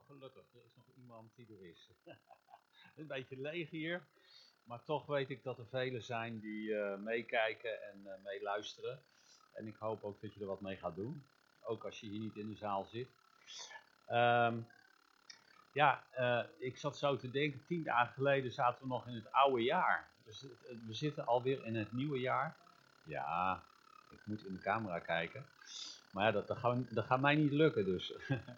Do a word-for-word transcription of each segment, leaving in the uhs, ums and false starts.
gelukkig, er is nog iemand die er is. Een beetje leeg hier, maar toch weet ik dat er velen zijn die uh, meekijken en uh, meeluisteren. En ik hoop ook dat je er wat mee gaat doen, ook als je hier niet in de zaal zit. Um, ja, uh, ik zat zo te denken, tien dagen geleden zaten we nog in het oude jaar. Dus uh, we zitten alweer in het nieuwe jaar. Ja, ik moet in de camera kijken. Maar ja, dat, dat, gaat, dat gaat mij niet lukken dus.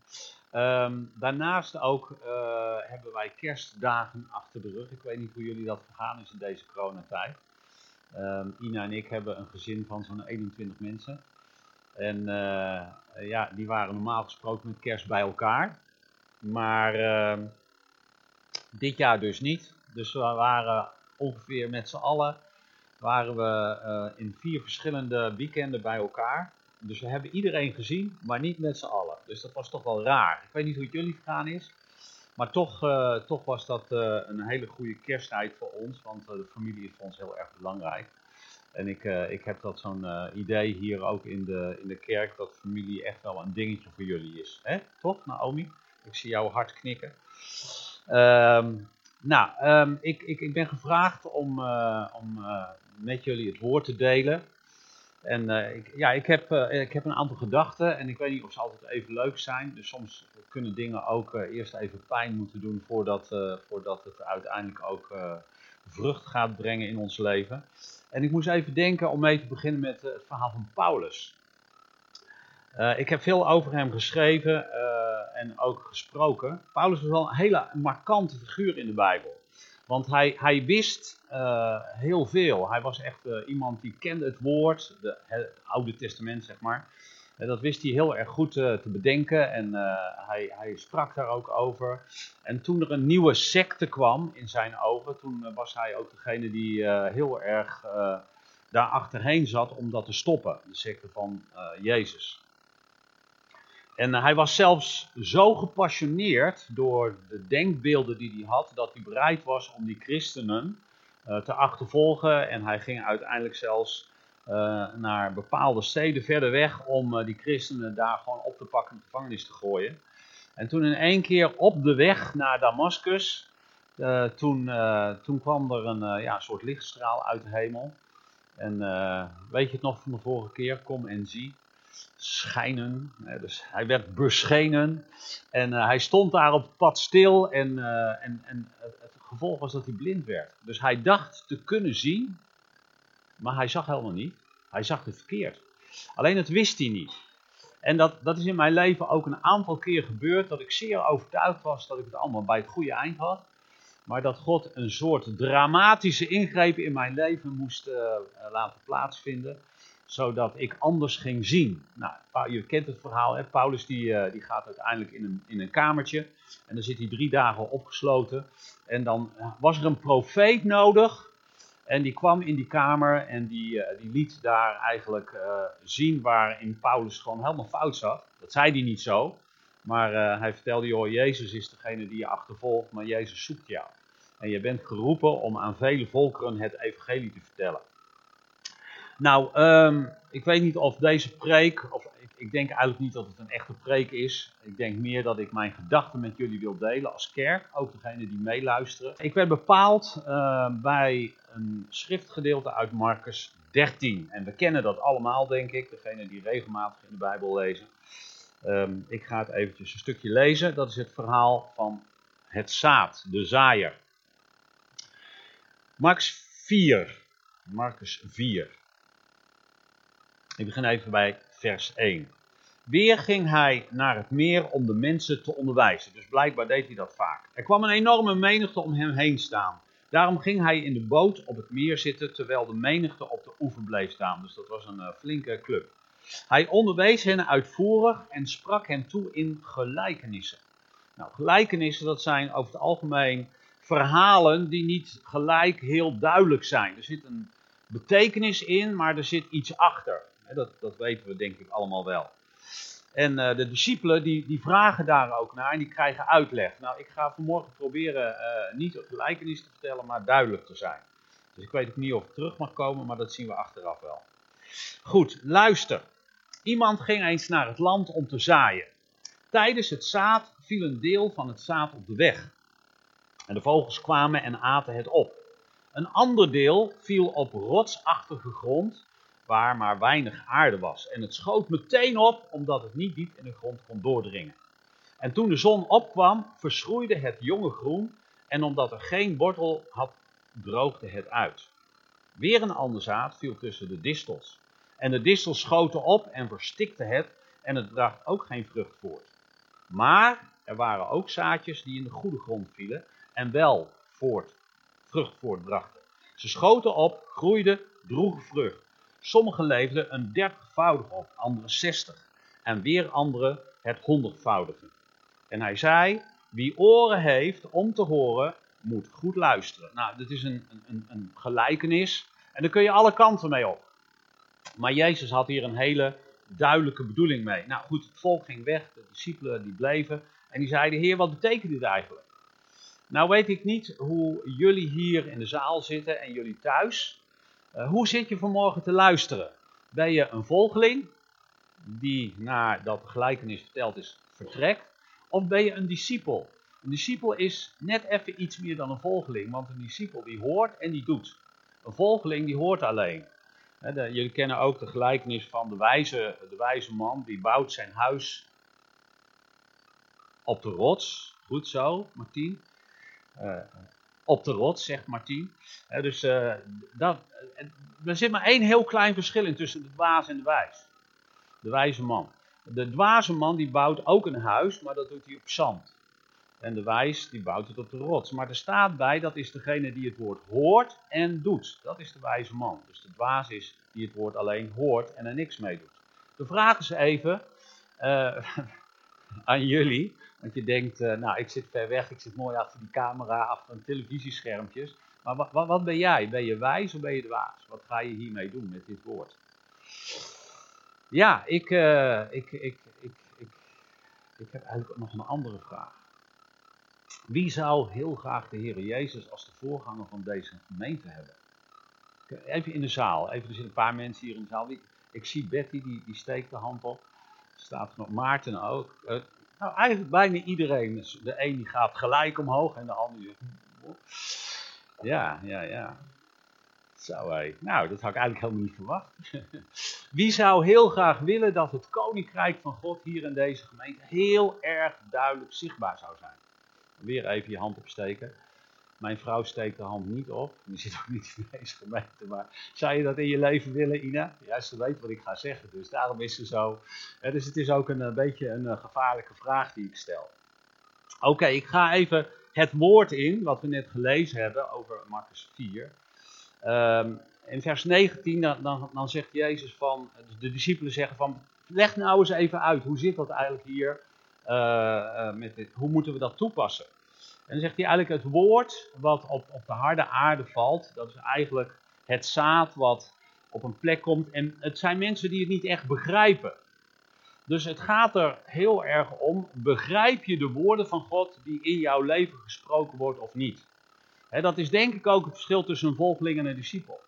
um, daarnaast ook uh, hebben wij kerstdagen achter de rug. Ik weet niet hoe jullie dat vergaan is in deze coronatijd. Um, Ina en ik hebben een gezin van zo'n eenentwintig mensen. En uh, ja, die waren normaal gesproken met kerst bij elkaar. Maar uh, dit jaar dus niet. Dus we waren ongeveer met z'n allen waren we uh, in vier verschillende weekenden bij elkaar. Dus we hebben iedereen gezien, maar niet met z'n allen. Dus dat was toch wel raar. Ik weet niet hoe het jullie vergaan is. Maar toch, uh, toch was dat uh, een hele goede kersttijd voor ons. Want uh, de familie is voor ons heel erg belangrijk. En ik, uh, ik heb dat zo'n uh, idee hier ook in de, in de kerk. Dat familie echt wel een dingetje voor jullie is. Hè? Toch, Naomi? Ik zie jou hard knikken. Um, nou, um, ik, ik, ik ben gevraagd om, uh, om uh, met jullie het woord te delen. En uh, ik, ja, ik, heb, uh, ik heb een aantal gedachten en ik weet niet of ze altijd even leuk zijn. Dus soms kunnen dingen ook uh, eerst even pijn moeten doen voordat, uh, voordat het uiteindelijk ook uh, vrucht gaat brengen in ons leven. En ik moest even denken om mee te beginnen met uh, het verhaal van Paulus. Uh, ik heb veel over hem geschreven uh, en ook gesproken. Paulus was wel een hele markante figuur in de Bijbel. Want hij, hij wist uh, heel veel. Hij was echt uh, iemand die kende het woord, de, het Oude Testament zeg maar. En dat wist hij heel erg goed uh, te bedenken en uh, hij, hij sprak daar ook over. En toen er een nieuwe secte kwam in zijn ogen, toen uh, was hij ook degene die uh, heel erg uh, daar achterheen zat om dat te stoppen. De secte van uh, Jezus. En hij was zelfs zo gepassioneerd door de denkbeelden die hij had, dat hij bereid was om die christenen uh, te achtervolgen. En hij ging uiteindelijk zelfs uh, naar bepaalde steden verder weg om uh, die christenen daar gewoon op te pakken en de gevangenis te gooien. En toen in één keer op de weg naar Damascus, uh, toen, uh, toen kwam er een uh, ja, soort lichtstraal uit de hemel. En uh, weet je het nog van de vorige keer? Kom en zie. Schijnen, dus hij werd beschenen en uh, hij stond daar op het pad stil en, uh, en, en het gevolg was dat hij blind werd. Dus hij dacht te kunnen zien, maar hij zag helemaal niet. Hij zag het verkeerd. Alleen dat wist hij niet. En dat, dat is in mijn leven ook een aantal keer gebeurd, dat ik zeer overtuigd was dat ik het allemaal bij het goede eind had. Maar dat God een soort dramatische ingreep in mijn leven moest uh, laten plaatsvinden. Zodat ik anders ging zien. Nou, je kent het verhaal, hè? Paulus die, uh, die gaat uiteindelijk in een, in een kamertje. En dan zit hij drie dagen opgesloten. En dan was er een profeet nodig. En die kwam in die kamer en die, uh, die liet daar eigenlijk uh, zien waarin Paulus gewoon helemaal fout zat. Dat zei hij niet zo. Maar uh, hij vertelde, joh, Jezus is degene die je achtervolgt, maar Jezus zoekt jou. En je bent geroepen om aan vele volkeren het evangelie te vertellen. Nou, um, ik weet niet of deze preek, of ik, ik denk eigenlijk niet dat het een echte preek is. Ik denk meer dat ik mijn gedachten met jullie wil delen als kerk, ook degenen die meeluisteren. Ik werd bepaald uh, bij een schriftgedeelte uit Marcus dertien. En we kennen dat allemaal, denk ik, degenen die regelmatig in de Bijbel lezen. Um, ik ga het eventjes een stukje lezen. Dat is het verhaal van het zaad, de zaaier. Marcus vier. Marcus vier. Ik begin even bij vers één. Weer ging hij naar het meer om de mensen te onderwijzen. Dus blijkbaar deed hij dat vaak. Er kwam een enorme menigte om hem heen staan. Daarom ging hij in de boot op het meer zitten, terwijl de menigte op de oever bleef staan. Dus dat was een uh, flinke club. Hij onderwees hen uitvoerig en sprak hen toe in gelijkenissen. Nou, gelijkenissen, dat zijn over het algemeen verhalen die niet gelijk heel duidelijk zijn. Er zit een betekenis in, maar er zit iets achter. Dat, dat weten we denk ik allemaal wel. En uh, de discipelen die, die vragen daar ook naar en die krijgen uitleg. Nou, ik ga vanmorgen proberen uh, niet een gelijkenis te vertellen, maar duidelijk te zijn. Dus ik weet ook niet of ik terug mag komen, maar dat zien we achteraf wel. Goed, luister. Iemand ging eens naar het land om te zaaien. Tijdens het zaad viel een deel van het zaad op de weg. En de vogels kwamen en aten het op. Een ander deel viel op rotsachtige grond, waar maar weinig aarde was. En het schoot meteen op, omdat het niet diep in de grond kon doordringen. En toen de zon opkwam, verschroeide het jonge groen, en omdat er geen wortel had, droogde het uit. Weer een ander zaad viel tussen de distels. En de distels schoten op en verstikten het, en het bracht ook geen vrucht voort. Maar er waren ook zaadjes die in de goede grond vielen, en wel voort, vrucht voortbrachten. Ze schoten op, groeiden, droegen vrucht. Sommigen leefden een dertigvoudig op, anderen zestig. En weer anderen het honderdvoudige. En hij zei, wie oren heeft om te horen, moet goed luisteren. Nou, dit is een, een, een gelijkenis. En daar kun je alle kanten mee op. Maar Jezus had hier een hele duidelijke bedoeling mee. Nou goed, het volk ging weg, de discipelen die bleven. En die zeiden, Heer, wat betekent dit eigenlijk? Nou weet ik niet hoe jullie hier in de zaal zitten en jullie thuis. Uh, hoe zit je vanmorgen te luisteren? Ben je een volgeling die, nadat de gelijkenis verteld is, vertrekt? Of ben je een discipel? Een discipel is net even iets meer dan een volgeling, want een discipel die hoort en die doet. Een volgeling die hoort alleen. He, de, jullie kennen ook de gelijkenis van de wijze, de wijze man, die bouwt zijn huis op de rots. Goed zo, Martien. Uh, op de rots, zegt Martien. He, dus uh, dat, er zit maar één heel klein verschil in tussen de dwaas en de wijs. De wijze man. De dwaze man die bouwt ook een huis, maar dat doet hij op zand. En de wijs die bouwt het op de rots. Maar er staat bij, dat is degene die het woord hoort en doet. Dat is de wijze man. Dus de dwaas is die het woord alleen hoort en er niks mee doet. De vraag is even uh, aan jullie. Want je denkt, uh, nou ik zit ver weg, ik zit mooi achter die camera, achter een televisieschermpjes. Maar wat, wat, wat ben jij? Ben je wijs of ben je dwaas? Wat ga je hiermee doen met dit woord? Ja, ik, uh, ik, ik, ik, ik, ik heb eigenlijk nog een andere vraag. Wie zou heel graag de Heer Jezus als de voorganger van deze gemeente hebben? Even in de zaal. Even, er zitten een paar mensen hier in de zaal. Ik zie Betty, die, die steekt de hand op. Er staat nog Maarten ook. Uh, nou, eigenlijk bijna iedereen. De een die gaat gelijk omhoog en de ander... Ja, ja, ja. Zo hé. Nou, dat had ik eigenlijk helemaal niet verwacht. Wie zou heel graag willen dat het Koninkrijk van God hier in deze gemeente heel erg duidelijk zichtbaar zou zijn? Weer even je hand opsteken. Mijn vrouw steekt de hand niet op. Die zit ook niet in deze gemeente. Maar zou je dat in je leven willen, Ina? Ja, ze weet wat ik ga zeggen. Dus daarom is ze zo. Ja, dus het is ook een, een beetje een, een gevaarlijke vraag die ik stel. Oké, okay, ik ga even het woord in. Wat we net gelezen hebben over Marcus vier. Um, in vers negentien dan, dan, dan zegt Jezus van. De discipelen zeggen van. Leg nou eens even uit. Hoe zit dat eigenlijk hier? Uh, uh, met dit, hoe moeten we dat toepassen? En dan zegt hij eigenlijk het woord wat op, op de harde aarde valt, dat is eigenlijk het zaad wat op een plek komt. En het zijn mensen die het niet echt begrijpen. Dus het gaat er heel erg om, begrijp je de woorden van God die in jouw leven gesproken wordt of niet? He, dat is denk ik ook het verschil tussen een volgeling en een discipel.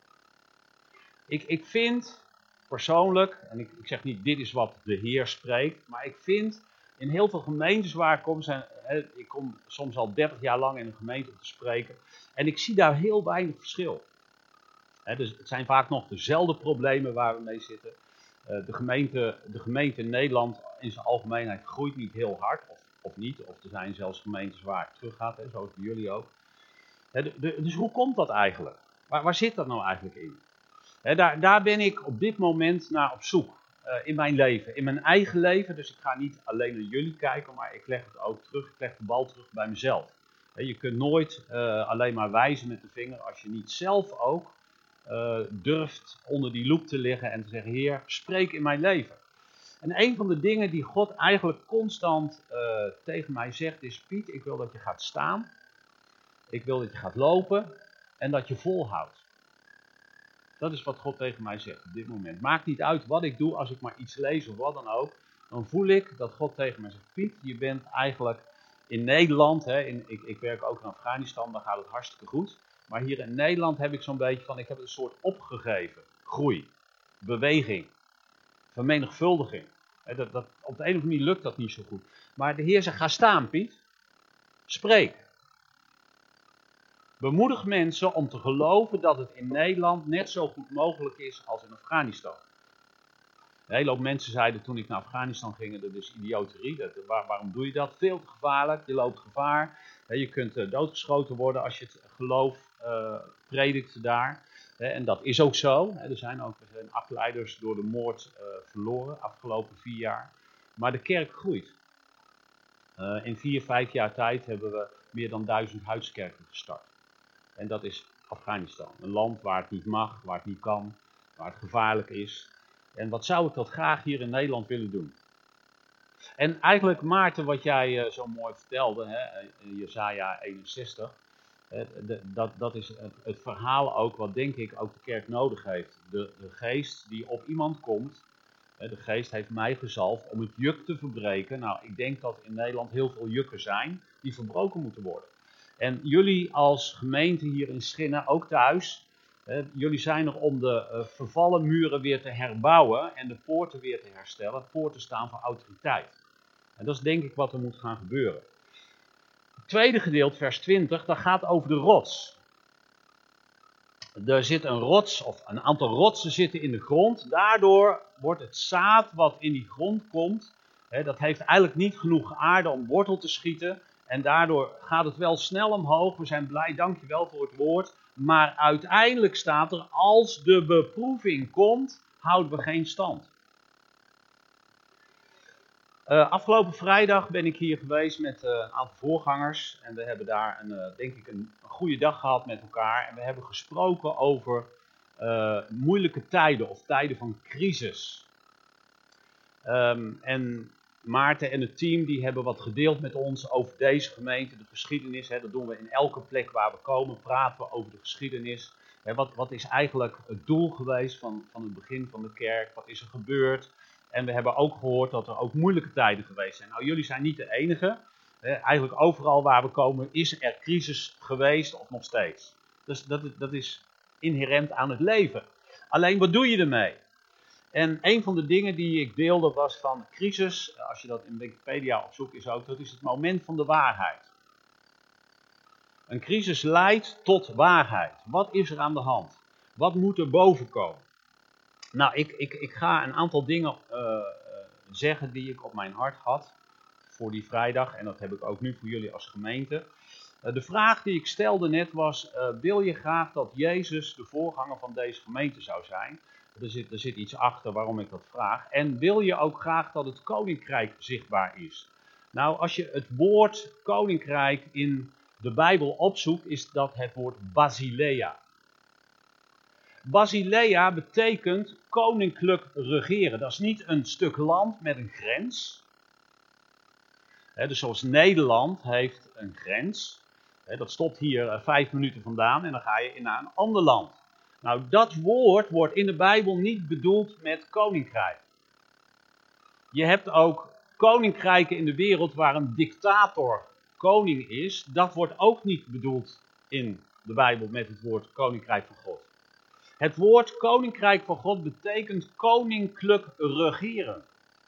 Ik, ik vind persoonlijk, en ik, ik zeg niet dit is wat de Heer spreekt, maar ik vind... In heel veel gemeentes waar ik kom, zijn, hè, ik kom soms al dertig jaar lang in een gemeente om te spreken. En ik zie daar heel weinig verschil. Hè, dus het zijn vaak nog dezelfde problemen waar we mee zitten. Uh, de, gemeente, de gemeente in Nederland in zijn algemeenheid groeit niet heel hard. Of, of niet. Of er zijn zelfs gemeentes waar het terug gaat. Hè, zoals bij jullie ook. Hè, de, de, dus hoe komt dat eigenlijk? Waar, waar zit dat nou eigenlijk in? Hè, daar, daar ben ik op dit moment naar op zoek. Uh, in mijn leven, in mijn eigen leven. Dus ik ga niet alleen naar jullie kijken, maar ik leg het ook terug. Ik leg de bal terug bij mezelf. He, je kunt nooit uh, alleen maar wijzen met de vinger als je niet zelf ook uh, durft onder die loep te liggen en te zeggen, Heer, spreek in mijn leven. En een van de dingen die God eigenlijk constant uh, tegen mij zegt is, Piet, ik wil dat je gaat staan. Ik wil dat je gaat lopen en dat je volhoudt. Dat is wat God tegen mij zegt op dit moment. Maakt niet uit wat ik doe, als ik maar iets lees of wat dan ook. Dan voel ik dat God tegen mij zegt, Piet, je bent eigenlijk in Nederland, hè, in, ik, ik werk ook in Afghanistan, daar gaat het hartstikke goed. Maar hier in Nederland heb ik zo'n beetje van, ik heb een soort opgegeven groei, beweging, vermenigvuldiging. Dat, dat, op de een of andere manier lukt dat niet zo goed. Maar de Heer zegt, ga staan Piet. Spreek. Bemoedig mensen om te geloven dat het in Nederland net zo goed mogelijk is als in Afghanistan. Een hele hoop mensen zeiden toen ik naar Afghanistan ging, dat is idioterie. Dat, waar, waarom doe je dat? Veel te gevaarlijk, je loopt gevaar. Je kunt uh, doodgeschoten worden als je het geloof uh, predikt daar. En dat is ook zo. Er zijn ook er zijn acht leiders door de moord uh, verloren, afgelopen vier jaar. Maar de kerk groeit. Uh, in vier, vijf jaar tijd hebben we meer dan duizend huiskerken gestart. En dat is Afghanistan. Een land waar het niet mag, waar het niet kan, waar het gevaarlijk is. En wat zou ik dat graag hier in Nederland willen doen? En eigenlijk, Maarten, wat jij uh, zo mooi vertelde, hè, in Jesaja eenenzestig, hè, de, dat, dat is het, het verhaal ook wat denk ik ook de kerk nodig heeft. De, de geest die op iemand komt, hè, de geest heeft mij gezalfd om het juk te verbreken. Nou, ik denk dat in Nederland heel veel jukken zijn die verbroken moeten worden. En jullie als gemeente hier in Schinnen, ook thuis, hè, jullie zijn er om de uh, vervallen muren weer te herbouwen en de poorten weer te herstellen. Poorten staan voor autoriteit. En dat is denk ik wat er moet gaan gebeuren. Het tweede gedeelte, vers twintig, dat gaat over de rots. Er zit een rots, of een aantal rotsen zitten in de grond. Daardoor wordt het zaad wat in die grond komt, hè, dat heeft eigenlijk niet genoeg aarde om wortel te schieten. En daardoor gaat het wel snel omhoog. We zijn blij, dankjewel voor het woord. Maar uiteindelijk staat er, als de beproeving komt, houden we geen stand. Uh, afgelopen vrijdag ben ik hier geweest met uh, een aantal voorgangers. En we hebben daar een, uh, denk ik een, een goede dag gehad met elkaar. En we hebben gesproken over uh, moeilijke tijden of tijden van crisis. Um, en Maarten en het team die hebben wat gedeeld met ons over deze gemeente, de geschiedenis. Hè, dat doen we in elke plek waar we komen, praten we over de geschiedenis. Hè, wat, wat is eigenlijk het doel geweest van, van het begin van de kerk? Wat is er gebeurd? En we hebben ook gehoord dat er ook moeilijke tijden geweest zijn. Nou, jullie zijn niet de enige. Hè, eigenlijk overal waar we komen is er crisis geweest of nog steeds. Dus dat, dat is inherent aan het leven. Alleen, wat doe je ermee? En een van de dingen die ik deelde was van crisis, als je dat in Wikipedia opzoekt, is ook, dat is het moment van de waarheid. Een crisis leidt tot waarheid. Wat is er aan de hand? Wat moet er boven komen? Nou, ik, ik, ik ga een aantal dingen uh, zeggen die ik op mijn hart had voor die vrijdag. En dat heb ik ook nu voor jullie als gemeente. Uh, de vraag die ik stelde net was, uh, wil je graag dat Jezus de voorganger van deze gemeente zou zijn? Er zit, er zit iets achter waarom ik dat vraag. En wil je ook graag dat het koninkrijk zichtbaar is? Nou, als je het woord koninkrijk in de Bijbel opzoekt, is dat het woord Basileia. Basileia betekent koninklijk regeren. Dat is niet een stuk land met een grens. He, dus zoals Nederland heeft een grens. He, dat stopt hier uh, vijf minuten vandaan en dan ga je naar een ander land. Nou, dat woord wordt in de Bijbel niet bedoeld met koninkrijk. Je hebt ook koninkrijken in de wereld waar een dictator koning is. Dat wordt ook niet bedoeld in de Bijbel met het woord koninkrijk van God. Het woord koninkrijk van God betekent koninklijk regeren.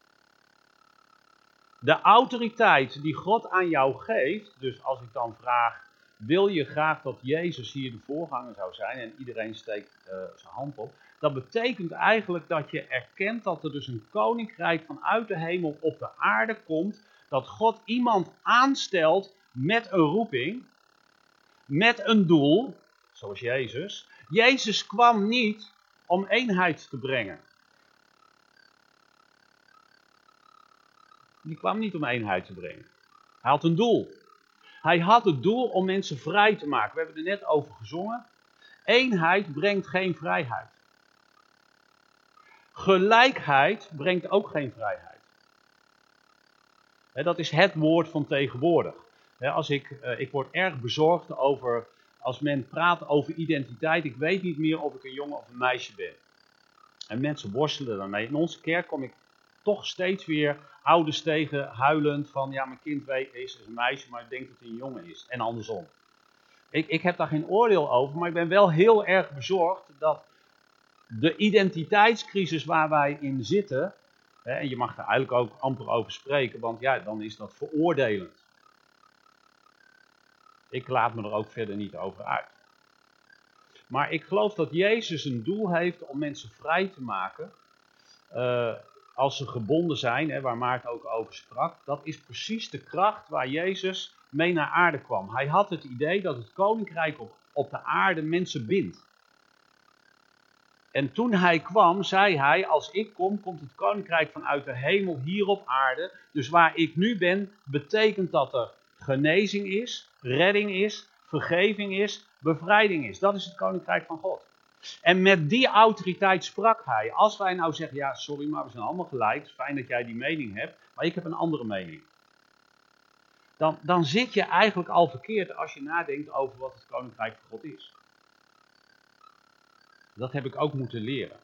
De autoriteit die God aan jou geeft, dus als ik dan vraag, wil je graag dat Jezus hier de voorganger zou zijn en iedereen steekt uh, zijn hand op. Dat betekent eigenlijk dat je erkent dat er dus een koninkrijk vanuit de hemel op de aarde komt. Dat God iemand aanstelt met een roeping, met een doel, zoals Jezus. Jezus kwam niet om eenheid te brengen. Die kwam niet om eenheid te brengen. Hij had een doel. Hij had het doel om mensen vrij te maken. We hebben er net over gezongen. Eenheid brengt geen vrijheid. Gelijkheid brengt ook geen vrijheid. He, dat is het woord van tegenwoordig. He, als ik, uh, ik word erg bezorgd over, als men praat over identiteit. Ik weet niet meer of ik een jongen of een meisje ben. En mensen worstelen daarmee. In onze kerk kom ik toch steeds weer ouders tegen, huilend van, ja, mijn kind weet, is een meisje, maar ik denk dat hij een jongen is. En andersom. Ik, ik heb daar geen oordeel over, maar ik ben wel heel erg bezorgd dat de identiteitscrisis waar wij in zitten, Hè, en je mag er eigenlijk ook amper over spreken, want ja, dan is dat veroordelend. Ik laat me er ook verder niet over uit. Maar ik geloof dat Jezus een doel heeft om mensen vrij te maken. Uh, als ze gebonden zijn, hè, waar Maarten ook over sprak. Dat is precies de kracht waar Jezus mee naar aarde kwam. Hij had het idee dat het koninkrijk op, op de aarde mensen bindt. En toen hij kwam, zei hij, als ik kom, komt het koninkrijk vanuit de hemel hier op aarde. Dus waar ik nu ben, betekent dat er genezing is, redding is, vergeving is, bevrijding is. Dat is het koninkrijk van God. En met die autoriteit sprak hij. Als wij nou zeggen, ja sorry, maar we zijn allemaal gelijk. Fijn dat jij die mening hebt, maar ik heb een andere mening. Dan, dan zit je eigenlijk al verkeerd als je nadenkt over wat het koninkrijk van God is. Dat heb ik ook moeten leren.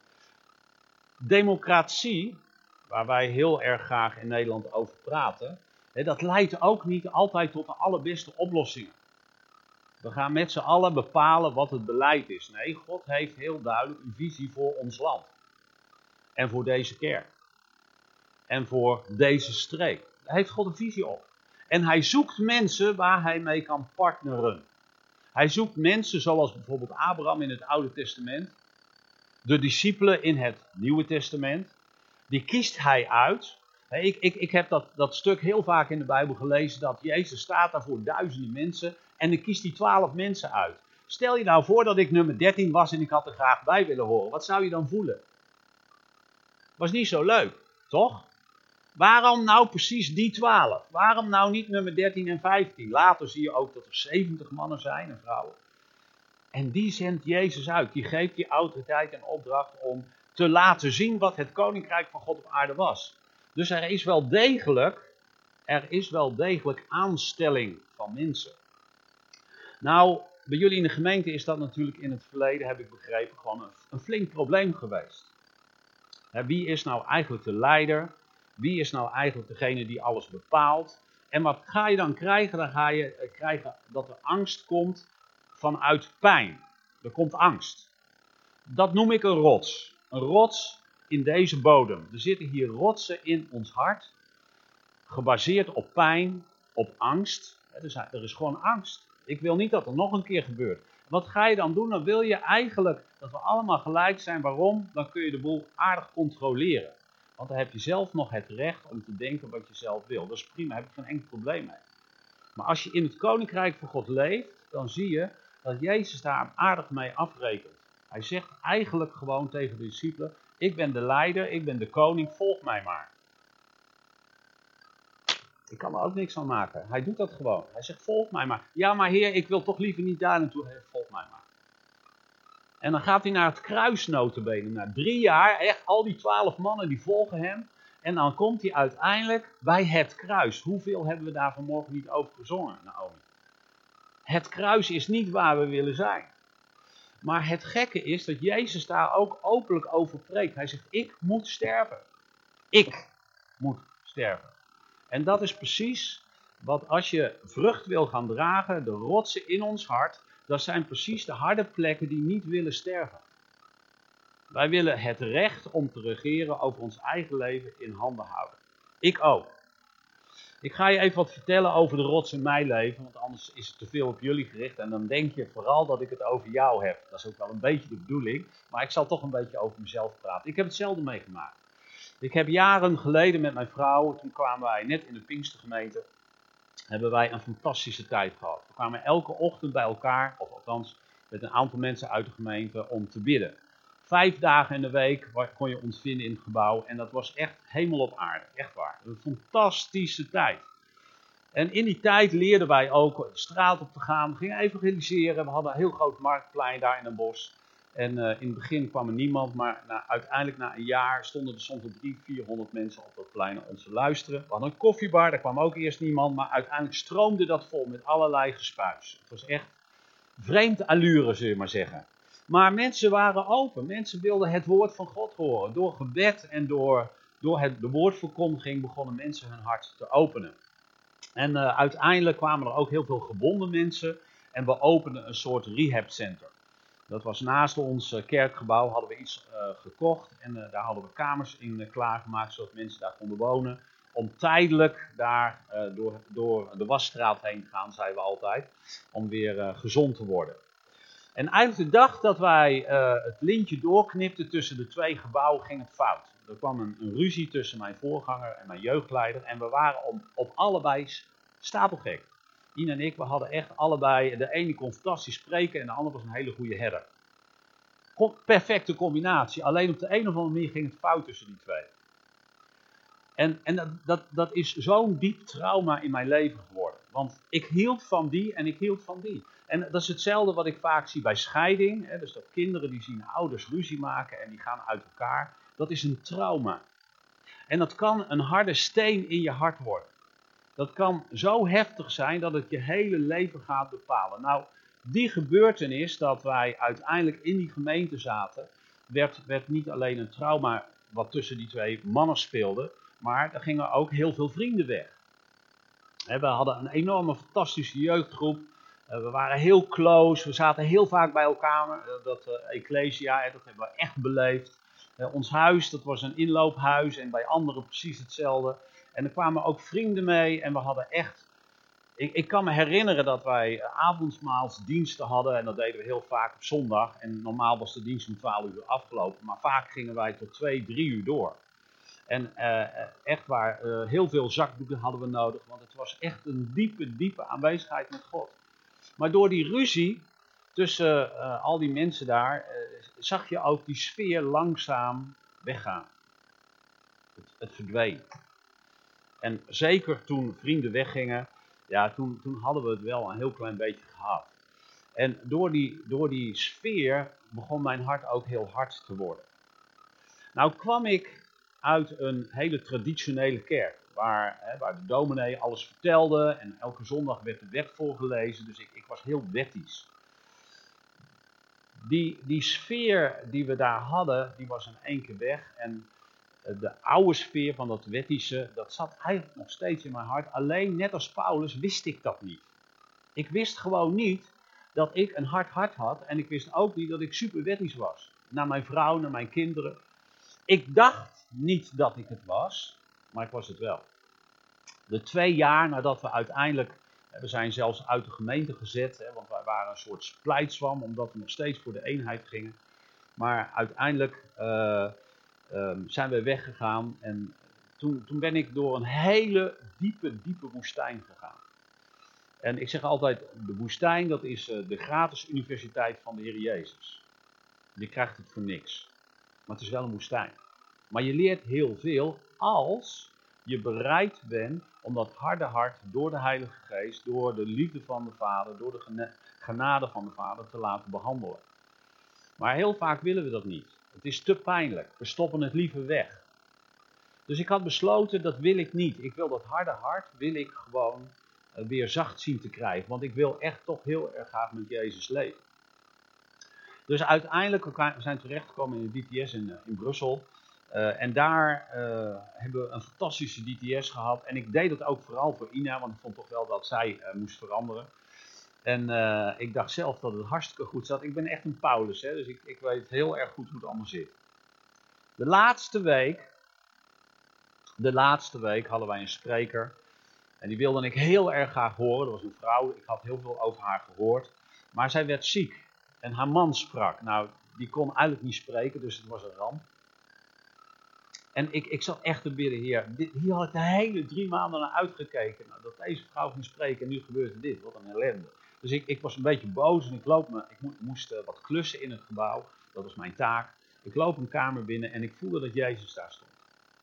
Democratie, waar wij heel erg graag in Nederland over praten, hè, dat leidt ook niet altijd tot de allerbeste oplossingen. We gaan met z'n allen bepalen wat het beleid is. Nee, God heeft heel duidelijk een visie voor ons land. En voor deze kerk. En voor deze streek. Daar heeft God een visie op. En hij zoekt mensen waar hij mee kan partneren. Hij zoekt mensen zoals bijvoorbeeld Abraham in het Oude Testament. De discipelen in het Nieuwe Testament. Die kiest hij uit. Ik, ik, ik heb dat, dat stuk heel vaak in de Bijbel gelezen. Dat Jezus staat daar voor duizenden mensen. En dan kiest hij twaalf mensen uit. Stel je nou voor dat ik nummer dertien was en ik had er graag bij willen horen. Wat zou je dan voelen? Was niet zo leuk, toch? Waarom nou precies die twaalf? Waarom nou niet nummer dertien en vijftien? Later zie je ook dat er zeventig mannen zijn en vrouwen. En die zendt Jezus uit. Die geeft die autoriteit en opdracht om te laten zien wat het koninkrijk van God op aarde was. Dus er is wel degelijk, er is wel degelijk aanstelling van mensen. Nou, bij jullie in de gemeente is dat natuurlijk in het verleden, heb ik begrepen, gewoon een, een flink probleem geweest. He, wie is nou eigenlijk de leider? Wie is nou eigenlijk degene die alles bepaalt? En wat ga je dan krijgen? Dan ga je krijgen dat er angst komt vanuit pijn. Er komt angst. Dat noem ik een rots. Een rots in deze bodem. Er zitten hier rotsen in ons hart. Gebaseerd op pijn, op angst. Er is gewoon angst. Ik wil niet dat er nog een keer gebeurt. Wat ga je dan doen? Dan wil je eigenlijk dat we allemaal gelijk zijn. Waarom? Dan kun je de boel aardig controleren. Want dan heb je zelf nog het recht om te denken wat je zelf wil. Dat is prima, daar heb ik geen enkel probleem mee. Maar als je in het koninkrijk van God leeft, dan zie je dat Jezus daar aardig mee afrekent. Hij zegt eigenlijk gewoon tegen de discipelen, ik ben de leider, ik ben de koning, volg mij maar. Ik kan er ook niks aan maken. Hij doet dat gewoon. Hij zegt, volg mij maar. Ja, maar Heer, ik wil toch liever niet daar naartoe. Hij zegt, volg mij maar. En dan gaat hij naar het kruis notabene. Na drie jaar, echt al die twaalf mannen die volgen hem. En dan komt hij uiteindelijk bij het kruis. Hoeveel hebben we daar vanmorgen niet over gezongen, Naomi? Het kruis is niet waar we willen zijn. Maar het gekke is dat Jezus daar ook openlijk over preekt. Hij zegt, ik moet sterven. Ik moet sterven. En dat is precies wat als je vrucht wil gaan dragen, de rotsen in ons hart, dat zijn precies de harde plekken die niet willen sterven. Wij willen het recht om te regeren over ons eigen leven in handen houden. Ik ook. Ik ga je even wat vertellen over de rots in mijn leven, want anders is het te veel op jullie gericht. En dan denk je vooral dat ik het over jou heb. Dat is ook wel een beetje de bedoeling, maar ik zal toch een beetje over mezelf praten. Ik heb hetzelfde meegemaakt. Ik heb jaren geleden met mijn vrouw, toen kwamen wij net in de Pinkstergemeente, hebben wij een fantastische tijd gehad. We kwamen elke ochtend bij elkaar, of althans met een aantal mensen uit de gemeente, om te bidden. Vijf dagen in de week kon je ons vinden in het gebouw en dat was echt hemel op aarde, echt waar. Een fantastische tijd. En in die tijd leerden wij ook de straat op te gaan, we gingen evangeliseren, we hadden een heel groot marktplein daar in een bos. En uh, in het begin kwam er niemand, maar na, uiteindelijk na een jaar stonden er soms driehonderd, vierhonderd mensen op dat plein naar ons te luisteren. We hadden een koffiebar, daar kwam ook eerst niemand, maar uiteindelijk stroomde dat vol met allerlei gespuis. Het was echt vreemd allure, zul je maar zeggen. Maar mensen waren open, mensen wilden het woord van God horen. Door gebed en door, door het, de woordverkondiging begonnen mensen hun hart te openen. En uh, uiteindelijk kwamen er ook heel veel gebonden mensen en we openden een soort rehabcenter. Dat was naast ons uh, kerkgebouw, hadden we iets uh, gekocht. En uh, daar hadden we kamers in uh, klaargemaakt, zodat mensen daar konden wonen. Om tijdelijk daar uh, door, door de wasstraat heen te gaan, zeiden we altijd. Om weer uh, gezond te worden. En eigenlijk de dag dat wij uh, het lintje doorknipten tussen de twee gebouwen, ging het fout. Er kwam een, een ruzie tussen mijn voorganger en mijn jeugdleider. En we waren op, op allebei stapelgek. Ine en ik, we hadden echt allebei, de ene kon fantastisch spreken en de ander was een hele goede herder. Perfecte combinatie, alleen op de een of andere manier ging het fout tussen die twee. En, en dat, dat, dat is zo'n diep trauma in mijn leven geworden. Want ik hield van die en ik hield van die. En dat is hetzelfde wat ik vaak zie bij scheiding. Hè, dus dat kinderen die zien ouders ruzie maken en die gaan uit elkaar. Dat is een trauma. En dat kan een harde steen in je hart worden. Dat kan zo heftig zijn dat het je hele leven gaat bepalen. Nou, die gebeurtenis dat wij uiteindelijk in die gemeente zaten, werd, werd niet alleen een trauma wat tussen die twee mannen speelde, maar er gingen ook heel veel vrienden weg. We hadden een enorme fantastische jeugdgroep. We waren heel close, we zaten heel vaak bij elkaar. Dat uh, Ecclesia, dat hebben we echt beleefd. Uh, ons huis, dat was een inloophuis en bij anderen precies hetzelfde. En er kwamen ook vrienden mee en we hadden echt... Ik, ik kan me herinneren dat wij avondmaalsdiensten hadden en dat deden we heel vaak op zondag. En normaal was de dienst om twaalf uur afgelopen, maar vaak gingen wij tot twee, drie uur door. En uh, echt waar, uh, heel veel zakdoeken hadden we nodig, want het was echt een diepe, diepe aanwezigheid met God. Maar door die ruzie tussen uh, al die mensen daar, uh, zag je ook die sfeer langzaam weggaan. Het, het verdween. En zeker toen vrienden weggingen, ja, toen, toen hadden we het wel een heel klein beetje gehad. En door die, door die sfeer begon mijn hart ook heel hard te worden. Nou kwam ik uit een hele traditionele kerk, waar, hè, waar de dominee alles vertelde en elke zondag werd de wet voorgelezen, dus ik, ik was heel wettisch. Die, die sfeer die we daar hadden, die was in één keer weg en de oude sfeer van dat wettische, dat zat eigenlijk nog steeds in mijn hart. Alleen, net als Paulus, wist ik dat niet. Ik wist gewoon niet dat ik een hard hart had. En ik wist ook niet dat ik super wettisch was. Naar mijn vrouw, naar mijn kinderen. Ik dacht niet dat ik het was, maar ik was het wel. De twee jaar nadat we uiteindelijk, we zijn zelfs uit de gemeente gezet, hè, want wij waren een soort splijtswam, omdat we nog steeds voor de eenheid gingen. Maar uiteindelijk... Uh, Um, zijn we weggegaan en toen, toen ben ik door een hele diepe, diepe woestijn gegaan. En ik zeg altijd, de woestijn, dat is uh, de gratis universiteit van de Heer Jezus. Je krijgt het voor niks. Maar het is wel een woestijn. Maar je leert heel veel als je bereid bent om dat harde hart door de Heilige Geest, door de liefde van de Vader, door de genade van de Vader te laten behandelen. Maar heel vaak willen we dat niet. Het is te pijnlijk. We stoppen het liever weg. Dus ik had besloten, dat wil ik niet. Ik wil dat harde hart, wil ik gewoon uh, weer zacht zien te krijgen. Want ik wil echt toch heel erg graag met Jezus leven. Dus uiteindelijk we zijn we terechtgekomen in de D T S in, uh, in Brussel. Uh, en daar uh, hebben we een fantastische D T S gehad. En ik deed dat ook vooral voor Ina, want ik vond toch wel dat zij uh, moest veranderen. En uh, ik dacht zelf dat het hartstikke goed zat. Ik ben echt een Paulus, hè, dus ik, ik weet heel erg goed hoe het allemaal zit. De laatste week, de laatste week hadden wij een spreker. En die wilde ik heel erg graag horen. Dat was een vrouw, ik had heel veel over haar gehoord. Maar zij werd ziek. En haar man sprak. Nou, die kon eigenlijk niet spreken, dus het was een ramp. En ik, ik zat echt te bidden, Heer, dit, hier had ik de hele drie maanden naar uitgekeken. Nou, dat deze vrouw ging spreken en nu gebeurt dit. Wat een ellende. Dus ik, ik was een beetje boos en ik, loop me, ik mo- moest uh, wat klussen in het gebouw. Dat was mijn taak. Ik loop een kamer binnen en ik voelde dat Jezus daar stond.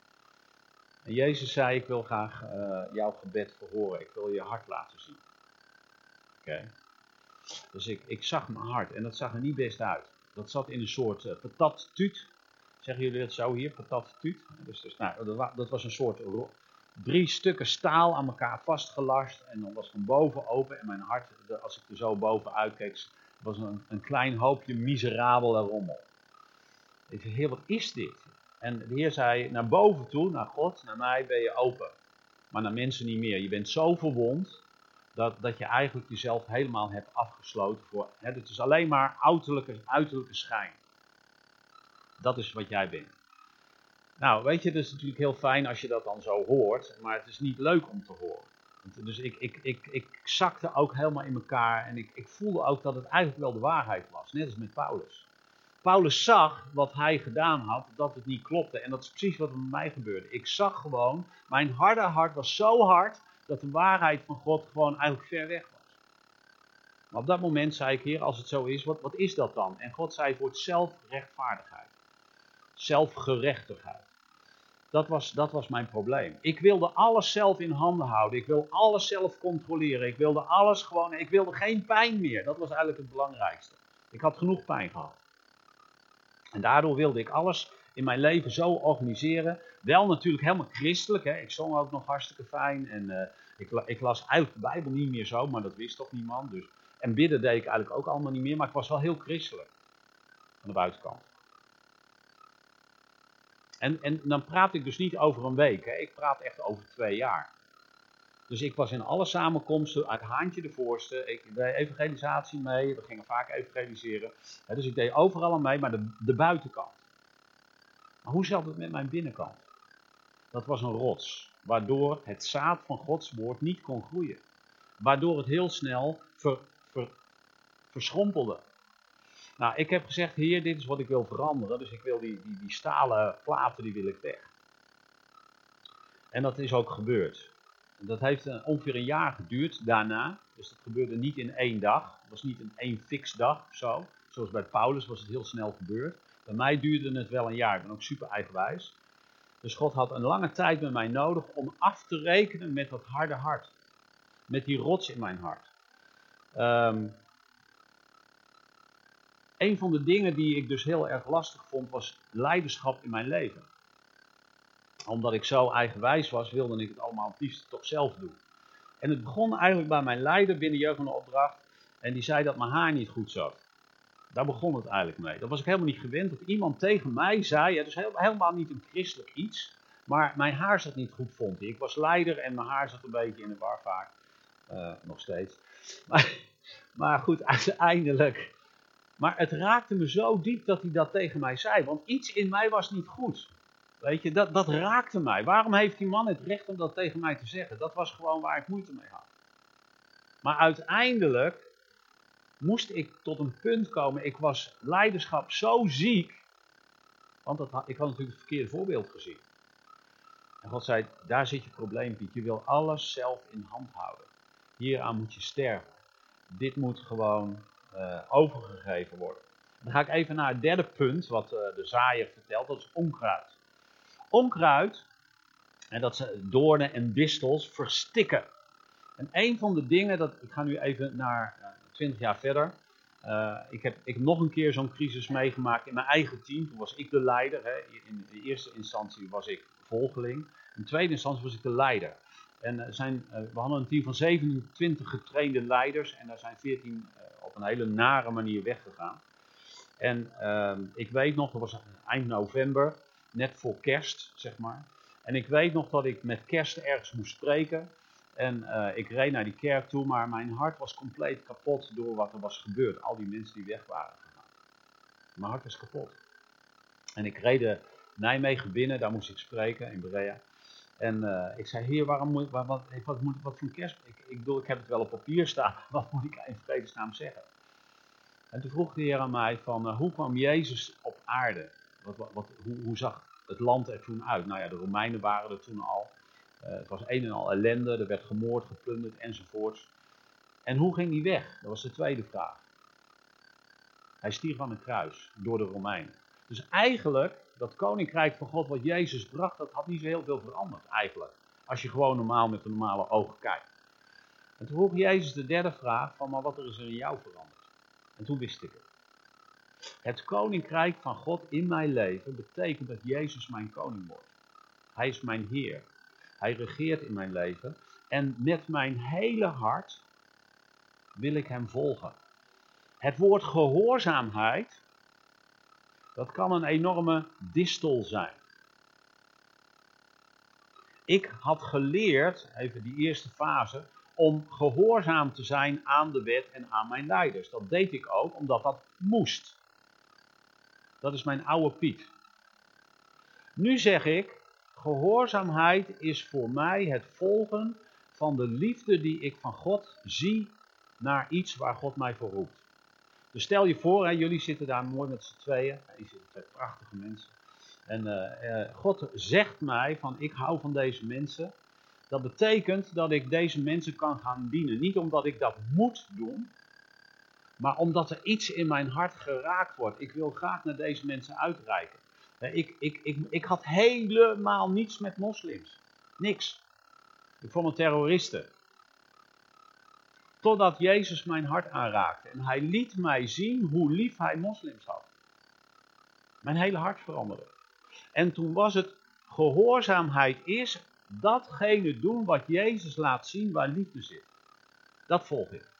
En Jezus zei, ik wil graag uh, jouw gebed verhoren. Ik wil je hart laten zien. Oké. Okay. Dus ik, ik zag mijn hart en dat zag er niet best uit. Dat zat in een soort uh, patat tuut. Zeggen jullie dat zo hier? Patat tuut. Dus, dus, nou, dat, dat was een soort ro- drie stukken staal aan elkaar vastgelast. En dan was van boven open. En mijn hart, als ik er zo bovenuit keek, was een, een klein hoopje miserabele rommel. Ik zei, Heer, wat is dit? En de Heer zei, naar boven toe, naar God, naar mij ben je open. Maar naar mensen niet meer. Je bent zo verwond Dat, dat je eigenlijk jezelf helemaal hebt afgesloten voor. Hè, het is alleen maar uiterlijke, uiterlijke schijn. Dat is wat jij bent. Nou, weet je, het is natuurlijk heel fijn als je dat dan zo hoort, maar het is niet leuk om te horen. Dus ik, ik, ik, ik zakte ook helemaal in elkaar en ik, ik voelde ook dat het eigenlijk wel de waarheid was, net als met Paulus. Paulus zag wat hij gedaan had, dat het niet klopte en dat is precies wat er met mij gebeurde. Ik zag gewoon, mijn harde hart was zo hard dat de waarheid van God gewoon eigenlijk ver weg was. Maar op dat moment zei ik, Heer, als het zo is, wat, wat is dat dan? En God zei, het wordt zelfrechtvaardigheid, zelfgerechtigheid. Dat was, dat was mijn probleem. Ik wilde alles zelf in handen houden. Ik wilde alles zelf controleren. Ik wilde alles gewoon. Ik wilde geen pijn meer. Dat was eigenlijk het belangrijkste. Ik had genoeg pijn gehad. En daardoor wilde ik alles in mijn leven zo organiseren. Wel natuurlijk helemaal christelijk. Hè. Ik zong ook nog hartstikke fijn. En uh, ik, ik las eigenlijk de Bijbel niet meer zo. Maar dat wist toch niemand. Dus, en bidden deed ik eigenlijk ook allemaal niet meer. Maar ik was wel heel christelijk. Aan de buitenkant. En, en dan praat ik dus niet over een week, hè. Ik praat echt over twee jaar. Dus ik was in alle samenkomsten uit Haantje de Voorste. Ik deed evangelisatie mee, we gingen vaak evangeliseren. Hè, dus ik deed overal aan mee, maar de, de buitenkant. Maar hoe zat het met mijn binnenkant? Dat was een rots, waardoor het zaad van Gods woord niet kon groeien. Waardoor het heel snel ver, ver, verschrompelde. Nou, ik heb gezegd, Heer, dit is wat ik wil veranderen. Dus ik wil die, die, die stalen platen, die wil ik weg. En dat is ook gebeurd. Dat heeft een, ongeveer een jaar geduurd daarna. Dus dat gebeurde niet in één dag. Het was niet een één fix dag of zo. Zoals bij Paulus was het heel snel gebeurd. Bij mij duurde het wel een jaar. Ik ben ook super eigenwijs. Dus God had een lange tijd met mij nodig om af te rekenen met dat harde hart. Met die rots in mijn hart. Um, Een van de dingen die ik dus heel erg lastig vond, was leiderschap in mijn leven. Omdat ik zo eigenwijs was, wilde ik het allemaal het liefst toch zelf doen. En het begon eigenlijk bij mijn leider binnen Jeugd van de Opdracht. En die zei dat mijn haar niet goed zat. Daar begon het eigenlijk mee. Dat was ik helemaal niet gewend. Dat iemand tegen mij zei, het is helemaal niet een christelijk iets. Maar mijn haar zat niet goed, vond hij. Ik was leider en mijn haar zat een beetje in de war vaak. Uh, nog steeds. Maar, maar goed, uiteindelijk... Maar het raakte me zo diep dat hij dat tegen mij zei. Want iets in mij was niet goed. Weet je, dat, dat raakte mij. Waarom heeft die man het recht om dat tegen mij te zeggen? Dat was gewoon waar ik moeite mee had. Maar uiteindelijk moest ik tot een punt komen. Ik was leiderschap zo ziek. Want dat, ik had natuurlijk het verkeerde voorbeeld gezien. En God zei, daar zit je probleem, Piet. Je wil alles zelf in hand houden. Hieraan moet je sterven. Dit moet gewoon... Uh, overgegeven worden. Dan ga ik even naar het derde punt wat uh, de zaaier vertelt, dat is onkruid. Onkruid, en dat zijn doornen en distels, verstikken. En een van de dingen, dat, ik ga nu even naar uh, twintig jaar verder. Uh, ik, heb, ik heb nog een keer zo'n crisis meegemaakt in mijn eigen team. Toen was ik de leider. Hè. In de eerste instantie was ik volgeling. In de tweede instantie was ik de leider. En er zijn, uh, we hadden een team van zevenentwintig getrainde leiders en daar zijn veertien uh, op een hele nare manier weggegaan. En uh, ik weet nog, dat was eind november, net voor kerst, zeg maar. En ik weet nog dat ik met kerst ergens moest spreken. En uh, ik reed naar die kerk toe, maar mijn hart was compleet kapot door wat er was gebeurd. Al die mensen die weg waren gegaan. Mijn hart was kapot. En ik reed de Nijmegen binnen, daar moest ik spreken, in Berea. En uh, ik zei, Heer, waarom moet, wat, wat, wat, wat, wat voor kerst? Ik, ik bedoel, ik heb het wel op papier staan. Wat moet ik in vredesnaam zeggen? En toen vroeg de Heer aan mij van, uh, hoe kwam Jezus op aarde? Wat, wat, wat, hoe, hoe zag het land er toen uit? Nou ja, de Romeinen waren er toen al. Uh, het was een en al ellende, er werd gemoord, geplunderd enzovoorts. En hoe ging hij weg? Dat was de tweede vraag. Hij stierf aan een kruis door de Romeinen. Dus eigenlijk, dat koninkrijk van God wat Jezus bracht, dat had niet zo heel veel veranderd eigenlijk. Als je gewoon normaal met de normale ogen kijkt. En toen vroeg Jezus de derde vraag van, maar wat er is er in jou veranderd? En toen wist ik het. Het koninkrijk van God in mijn leven betekent dat Jezus mijn koning wordt. Hij is mijn Heer. Hij regeert in mijn leven. En met mijn hele hart wil ik hem volgen. Het woord gehoorzaamheid, dat kan een enorme distel zijn. Ik had geleerd, even die eerste fase, om gehoorzaam te zijn aan de wet en aan mijn leiders. Dat deed ik ook, omdat dat moest. Dat is mijn oude Piet. Nu zeg ik, gehoorzaamheid is voor mij het volgen van de liefde die ik van God zie naar iets waar God mij voor roept. Dus stel je voor, hè, jullie zitten daar mooi met z'n tweeën. Hier zitten twee prachtige mensen. En uh, uh, God zegt mij van ik hou van deze mensen. Dat betekent dat ik deze mensen kan gaan dienen. Niet omdat ik dat moet doen, maar omdat er iets in mijn hart geraakt wordt. Ik wil graag naar deze mensen uitreiken. Ik, ik, ik, ik had helemaal niets met moslims. Niks. Ik vond me terroristen. Totdat Jezus mijn hart aanraakte. En hij liet mij zien hoe lief hij moslims had. Mijn hele hart veranderde. En toen was het, gehoorzaamheid is datgene doen wat Jezus laat zien waar liefde zit. Dat volg ik.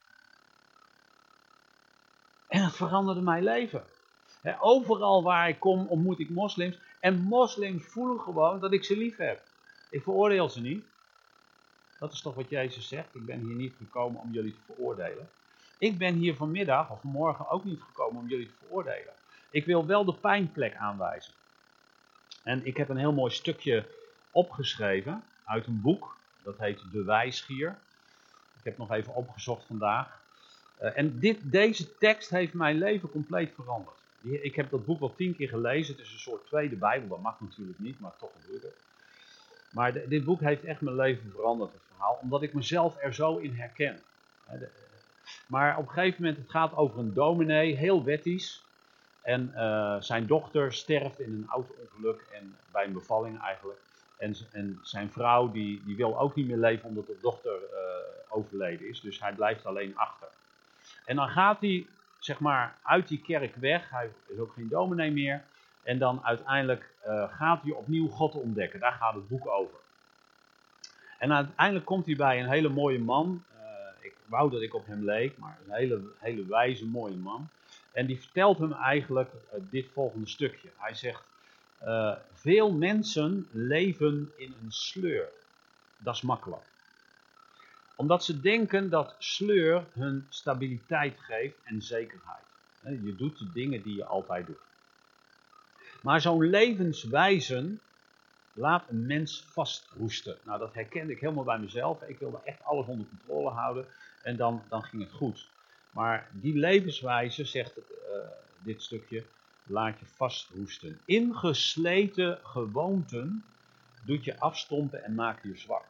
En het veranderde mijn leven. He, overal waar ik kom ontmoet ik moslims. En moslims voelen gewoon dat ik ze lief heb. Ik veroordeel ze niet. Dat is toch wat Jezus zegt. Ik ben hier niet gekomen om jullie te veroordelen. Ik ben hier vanmiddag of vanmorgen ook niet gekomen om jullie te veroordelen. Ik wil wel de pijnplek aanwijzen. En ik heb een heel mooi stukje opgeschreven uit een boek. Dat heet De Wijsgier. Ik heb nog even opgezocht vandaag. Uh, en dit, deze tekst heeft mijn leven compleet veranderd. Ik heb dat boek wel tien keer gelezen. Het is een soort tweede Bijbel. Dat mag natuurlijk niet, maar toch doe ik het. Maar de, dit boek heeft echt mijn leven veranderd, het verhaal. Omdat ik mezelf er zo in herken. De, maar op een gegeven moment, het gaat over een dominee, heel wettisch. En uh, zijn dochter sterft in een auto-ongeluk en bij een bevalling eigenlijk. En, en zijn vrouw die, die wil ook niet meer leven omdat de dochter uh, overleden is. Dus hij blijft alleen achter. En dan gaat hij zeg maar uit die kerk weg. Hij is ook geen dominee meer. En dan uiteindelijk uh, gaat hij opnieuw God ontdekken. Daar gaat het boek over. En uiteindelijk komt hij bij een hele mooie man. Uh, ik wou dat ik op hem leek, maar een hele, hele wijze mooie man. En die vertelt hem eigenlijk uh, dit volgende stukje. Hij zegt, uh, veel mensen leven in een sleur. Dat is makkelijk. Omdat ze denken dat sleur hun stabiliteit geeft en zekerheid. Je doet de dingen die je altijd doet. Maar zo'n levenswijze laat een mens vastroesten. Nou, dat herkende ik helemaal bij mezelf. Ik wilde echt alles onder controle houden en dan, dan ging het goed. Maar die levenswijze, zegt het, uh, dit stukje, laat je vastroesten. Ingesleten gewoonten doet je afstompen en maakt je zwak.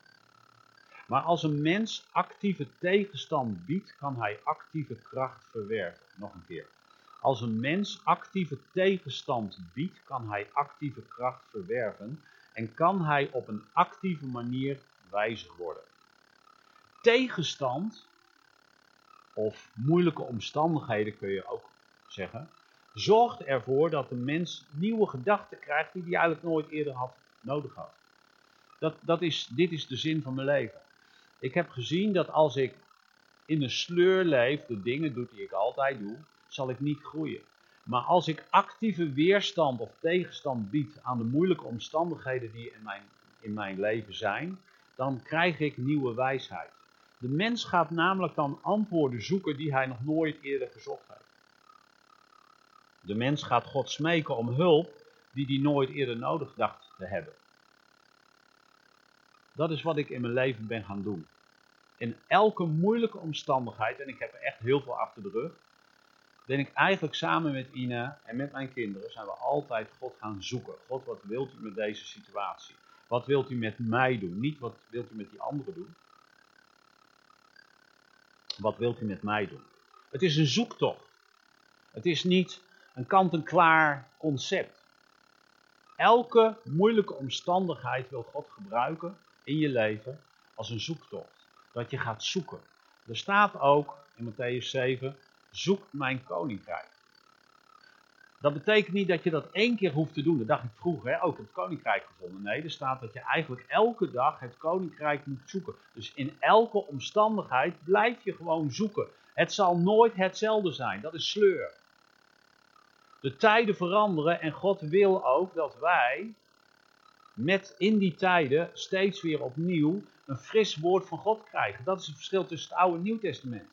Maar als een mens actieve tegenstand biedt, kan hij actieve kracht verwerven. Nog een keer. Als een mens actieve tegenstand biedt, kan hij actieve kracht verwerven en kan hij op een actieve manier wijzig worden. Tegenstand, of moeilijke omstandigheden kun je ook zeggen, zorgt ervoor dat de mens nieuwe gedachten krijgt die hij eigenlijk nooit eerder had, nodig had. Dat, dat is, dit is de zin van mijn leven. Ik heb gezien dat als ik in een sleur leef, de dingen doe die ik altijd doe, zal ik niet groeien. Maar als ik actieve weerstand of tegenstand bied aan de moeilijke omstandigheden die in mijn, in mijn leven zijn, dan krijg ik nieuwe wijsheid. De mens gaat namelijk dan antwoorden zoeken die hij nog nooit eerder gezocht heeft. De mens gaat God smeken om hulp die hij nooit eerder nodig dacht te hebben. Dat is wat ik in mijn leven ben gaan doen. In elke moeilijke omstandigheid, en ik heb er echt heel veel achter de rug, ben ik eigenlijk samen met Ina en met mijn kinderen, zijn we altijd God gaan zoeken. God, wat wilt u met deze situatie? Wat wilt u met mij doen? Niet wat wilt u met die anderen doen. Wat wilt u met mij doen? Het is een zoektocht. Het is niet een kant-en-klaar concept. Elke moeilijke omstandigheid wil God gebruiken in je leven als een zoektocht. Dat je gaat zoeken. Er staat ook in Mattheüs zeven, zoek mijn koninkrijk. Dat betekent niet dat je dat één keer hoeft te doen. Dat dacht ik vroeger, hè? Ook het koninkrijk gevonden. Nee, er staat dat je eigenlijk elke dag het koninkrijk moet zoeken. Dus in elke omstandigheid blijf je gewoon zoeken. Het zal nooit hetzelfde zijn. Dat is sleur. De tijden veranderen en God wil ook dat wij met in die tijden steeds weer opnieuw een fris woord van God krijgen. Dat is het verschil tussen het Oude en Nieuw Testament.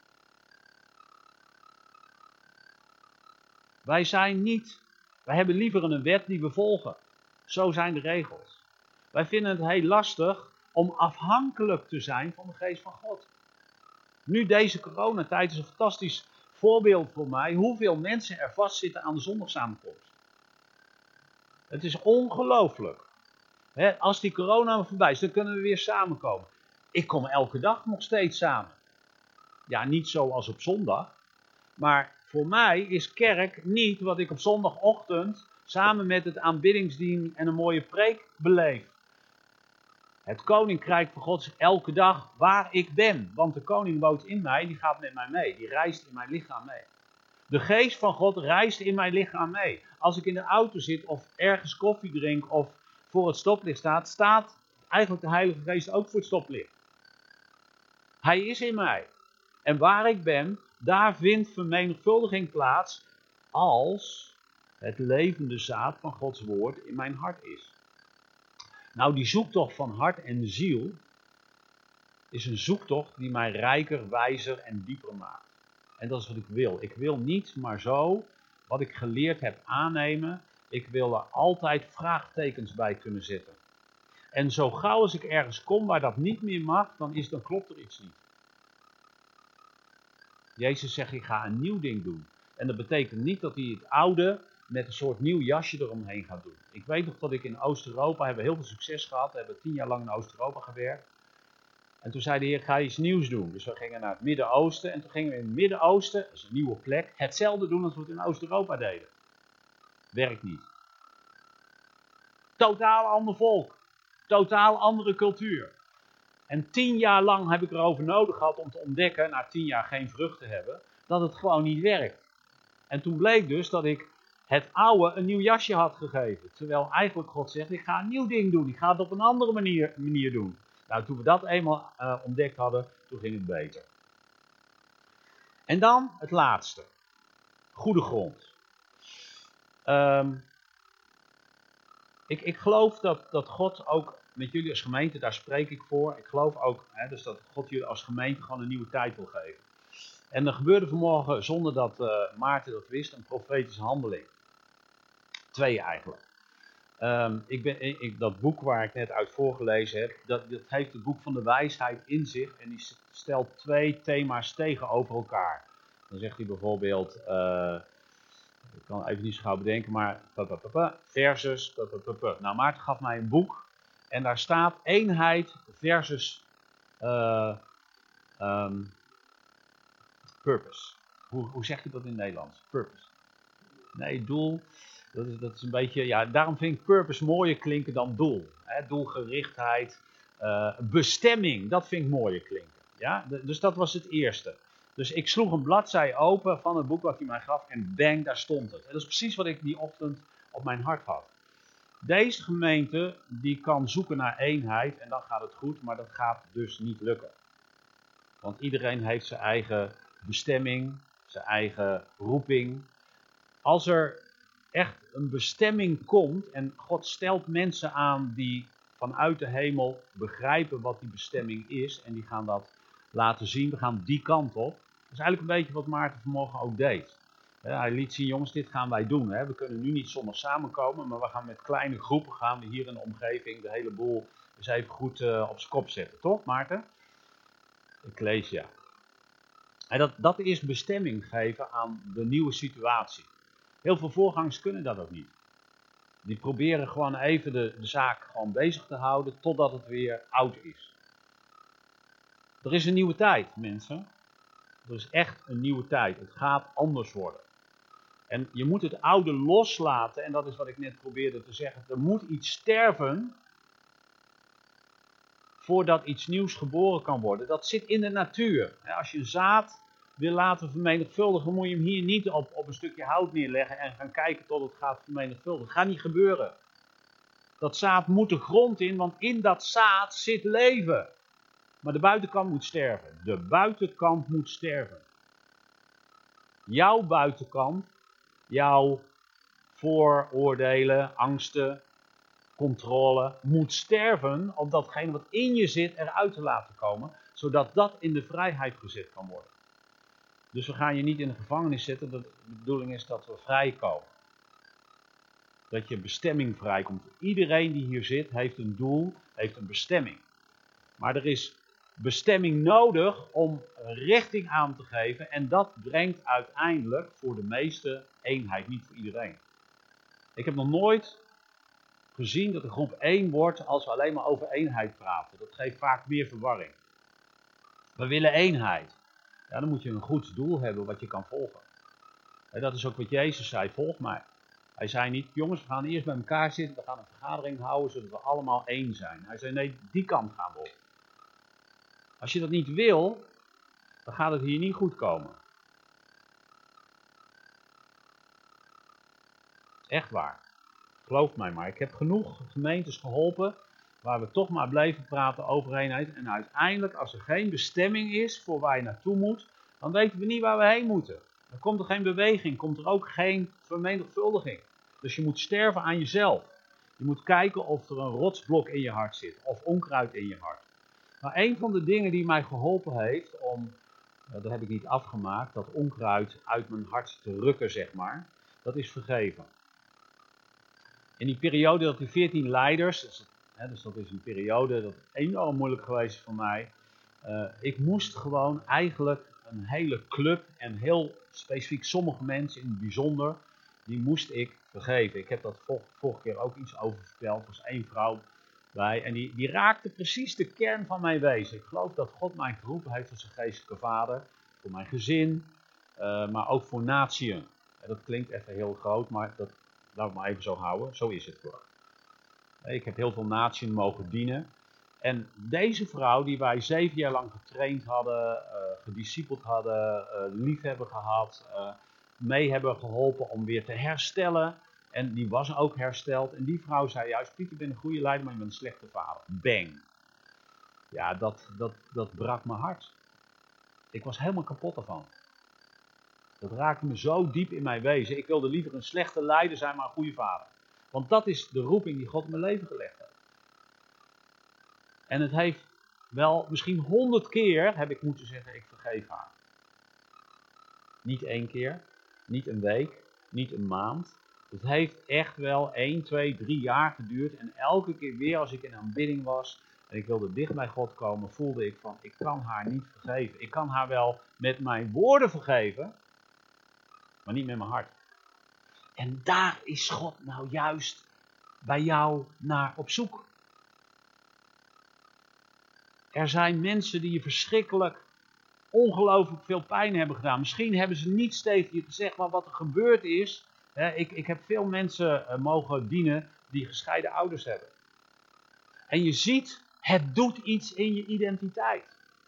Wij zijn niet, wij hebben liever een wet die we volgen. Zo zijn de regels. Wij vinden het heel lastig om afhankelijk te zijn van de geest van God. Nu deze coronatijd is een fantastisch voorbeeld voor mij hoeveel mensen er vastzitten aan de zondagsamenkomst. Het is ongelooflijk. He, als die corona voorbij is, dan kunnen we weer samenkomen. Ik kom elke dag nog steeds samen. Ja, niet zoals op zondag. Maar voor mij is kerk niet wat ik op zondagochtend samen met het aanbiddingsdienst en een mooie preek beleef. Het koninkrijk van God is elke dag waar ik ben. Want de koning woont in mij, die gaat met mij mee. Die reist in mijn lichaam mee. De geest van God reist in mijn lichaam mee. Als ik in de auto zit of ergens koffie drink of voor het stoplicht staat, staat eigenlijk de Heilige Geest ook voor het stoplicht. Hij is in mij. En waar ik ben, daar vindt vermenigvuldiging plaats als het levende zaad van Gods woord in mijn hart is. Nou, die zoektocht van hart en ziel is een zoektocht die mij rijker, wijzer en dieper maakt. En dat is wat ik wil. Ik wil niet maar zo wat ik geleerd heb aannemen. Ik wil er altijd vraagtekens bij kunnen zetten. En zo gauw als ik ergens kom waar dat niet meer mag, dan, is, dan klopt er iets niet. Jezus zegt, ik ga een nieuw ding doen. En dat betekent niet dat hij het oude met een soort nieuw jasje eromheen gaat doen. Ik weet nog dat ik in Oost-Europa, hebben heel veel succes gehad. We hebben tien jaar lang in Oost-Europa gewerkt. En toen zei de Heer, ga iets nieuws doen. Dus we gingen naar het Midden-Oosten. En toen gingen we in het Midden-Oosten, dat is een nieuwe plek, hetzelfde doen als we het in Oost-Europa deden. Werkt niet. Totaal ander volk. Totaal andere cultuur. En tien jaar lang heb ik erover nodig gehad om te ontdekken, na tien jaar geen vrucht te hebben, dat het gewoon niet werkt. En toen bleek dus dat ik het oude een nieuw jasje had gegeven. Terwijl eigenlijk God zegt, ik ga een nieuw ding doen. Ik ga het op een andere manier, manier doen. Nou, toen we dat eenmaal uh, ontdekt hadden, toen ging het beter. En dan het laatste. Goede grond. Um, ik, ik geloof dat, dat God ook met jullie als gemeente, daar spreek ik voor. Ik geloof ook hè, dus dat God jullie als gemeente gewoon een nieuwe tijd wil geven. En er gebeurde vanmorgen, zonder dat uh, Maarten dat wist, een profetische handeling. Twee eigenlijk. Um, ik ben, ik, dat boek waar ik net uit voorgelezen heb, dat, dat heeft het boek van de wijsheid in zich. En die stelt twee thema's tegenover elkaar. Dan zegt hij bijvoorbeeld, uh, ik kan even niet zo gauw bedenken, maar versus, nou Maarten gaf mij een boek. En daar staat eenheid versus uh, um, purpose. Hoe, hoe zeg je dat in het Nederlands? Purpose. Nee, doel. Dat is, dat is een beetje, ja, daarom vind ik purpose mooier klinken dan doel. Hè, doelgerichtheid, uh, bestemming, dat vind ik mooier klinken. Ja? De, dus dat was het eerste. Dus ik sloeg een bladzij open van het boek wat hij mij gaf en bang, daar stond het. En dat is precies wat ik die ochtend op mijn hart had. Deze gemeente, die kan zoeken naar eenheid en dan gaat het goed, maar dat gaat dus niet lukken. Want iedereen heeft zijn eigen bestemming, zijn eigen roeping. Als er echt een bestemming komt en God stelt mensen aan die vanuit de hemel begrijpen wat die bestemming is en die gaan dat laten zien, we gaan die kant op. Dat is eigenlijk een beetje wat Maarten vanmorgen ook deed. Hij liet zien, jongens, dit gaan wij doen. We kunnen nu niet zondag samenkomen, maar we gaan met kleine groepen gaan we hier in de omgeving de hele boel eens even goed uh, op zijn kop zetten. Toch, Maarten? Ecclesia. En dat, dat is bestemming geven aan de nieuwe situatie. Heel veel voorgangers kunnen dat ook niet. Die proberen gewoon even de, de zaak gewoon bezig te houden totdat het weer oud is. Er is een nieuwe tijd, mensen. Er is echt een nieuwe tijd. Het gaat anders worden. En je moet het oude loslaten, en dat is wat ik net probeerde te zeggen. Er moet iets sterven voordat iets nieuws geboren kan worden. Dat zit in de natuur. Als je een zaad wil laten vermenigvuldigen, moet je hem hier niet op, op een stukje hout neerleggen en gaan kijken tot het gaat vermenigvuldigen. Dat gaat niet gebeuren. Dat zaad moet de grond in, want in dat zaad zit leven. Maar de buitenkant moet sterven. De buitenkant moet sterven. Jouw buitenkant, jouw vooroordelen, angsten, controle, moet sterven om datgene wat in je zit eruit te laten komen, zodat dat in de vrijheid gezet kan worden. Dus we gaan je niet in de gevangenis zetten, de bedoeling is dat we vrijkomen. Dat je bestemming vrijkomt. Iedereen die hier zit heeft een doel, heeft een bestemming. Maar er is bestemming nodig om richting aan te geven en dat brengt uiteindelijk voor de meeste eenheid, niet voor iedereen. Ik heb nog nooit gezien dat een groep één wordt als we alleen maar over eenheid praten. Dat geeft vaak meer verwarring. We willen eenheid. Ja, dan moet je een goed doel hebben wat je kan volgen. En dat is ook wat Jezus zei, volg mij. Hij zei niet, jongens, we gaan eerst bij elkaar zitten, we gaan een vergadering houden, zodat we allemaal één zijn. Hij zei, nee, die kant gaan we op. Als je dat niet wil, dan gaat het hier niet goed komen. Echt waar. Geloof mij maar, ik heb genoeg gemeentes geholpen waar we toch maar bleven praten over eenheid. En uiteindelijk, als er geen bestemming is voor waar je naartoe moet, dan weten we niet waar we heen moeten. Dan komt er geen beweging, komt er ook geen vermenigvuldiging. Dus je moet sterven aan jezelf. Je moet kijken of er een rotsblok in je hart zit, of onkruid in je hart. Maar een van de dingen die mij geholpen heeft om, dat heb ik niet afgemaakt, dat onkruid uit mijn hart te rukken, zeg maar, dat is vergeven. In die periode dat die veertien leiders, dus, hè, dus dat is een periode dat enorm moeilijk geweest is voor mij. Uh, ik moest gewoon eigenlijk een hele club en heel specifiek sommige mensen in het bijzonder, die moest ik vergeven. Ik heb dat vor, vorige keer ook iets over verteld. Er was één vrouw bij en die, die raakte precies de kern van mijn wezen. Ik geloof dat God mij geroepen heeft als een geestelijke vader, voor mijn gezin, uh, maar ook voor natieën. En dat klinkt even heel groot, maar dat laat ik maar even zo houden. Zo is het gewoon. Ik heb heel veel natieën mogen dienen. En deze vrouw die wij zeven jaar lang getraind hadden, uh, gediscipeld hadden, uh, lief hebben gehad, uh, mee hebben geholpen om weer te herstellen. En die was ook hersteld. En die vrouw zei juist, Piet, je bent een goede leider, maar je bent een slechte vader. Bang. Ja, dat, dat, dat brak mijn hart. Ik was helemaal kapot ervan. Dat raakte me zo diep in mijn wezen. Ik wilde liever een slechte leider zijn, maar een goede vader. Want dat is de roeping die God in mijn leven gelegd heeft. En het heeft wel, misschien honderd keer heb ik moeten zeggen, ik vergeef haar. Niet één keer, niet een week, niet een maand. Het heeft echt wel één, twee, drie jaar geduurd. En elke keer weer als ik in aanbidding was en ik wilde dicht bij God komen, voelde ik van, ik kan haar niet vergeven. Ik kan haar wel met mijn woorden vergeven, maar niet met mijn hart. En daar is God nou juist bij jou naar op zoek. Er zijn mensen die je verschrikkelijk, ongelooflijk veel pijn hebben gedaan. Misschien hebben ze niets tegen je gezegd, maar wat er gebeurd is. Hè, ik, ik heb veel mensen uh, mogen dienen die gescheiden ouders hebben. En je ziet, het doet iets in je identiteit.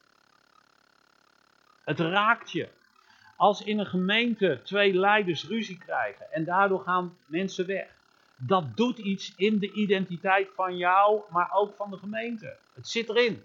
Het raakt je. Als in een gemeente twee leiders ruzie krijgen en daardoor gaan mensen weg. Dat doet iets in de identiteit van jou, maar ook van de gemeente. Het zit erin.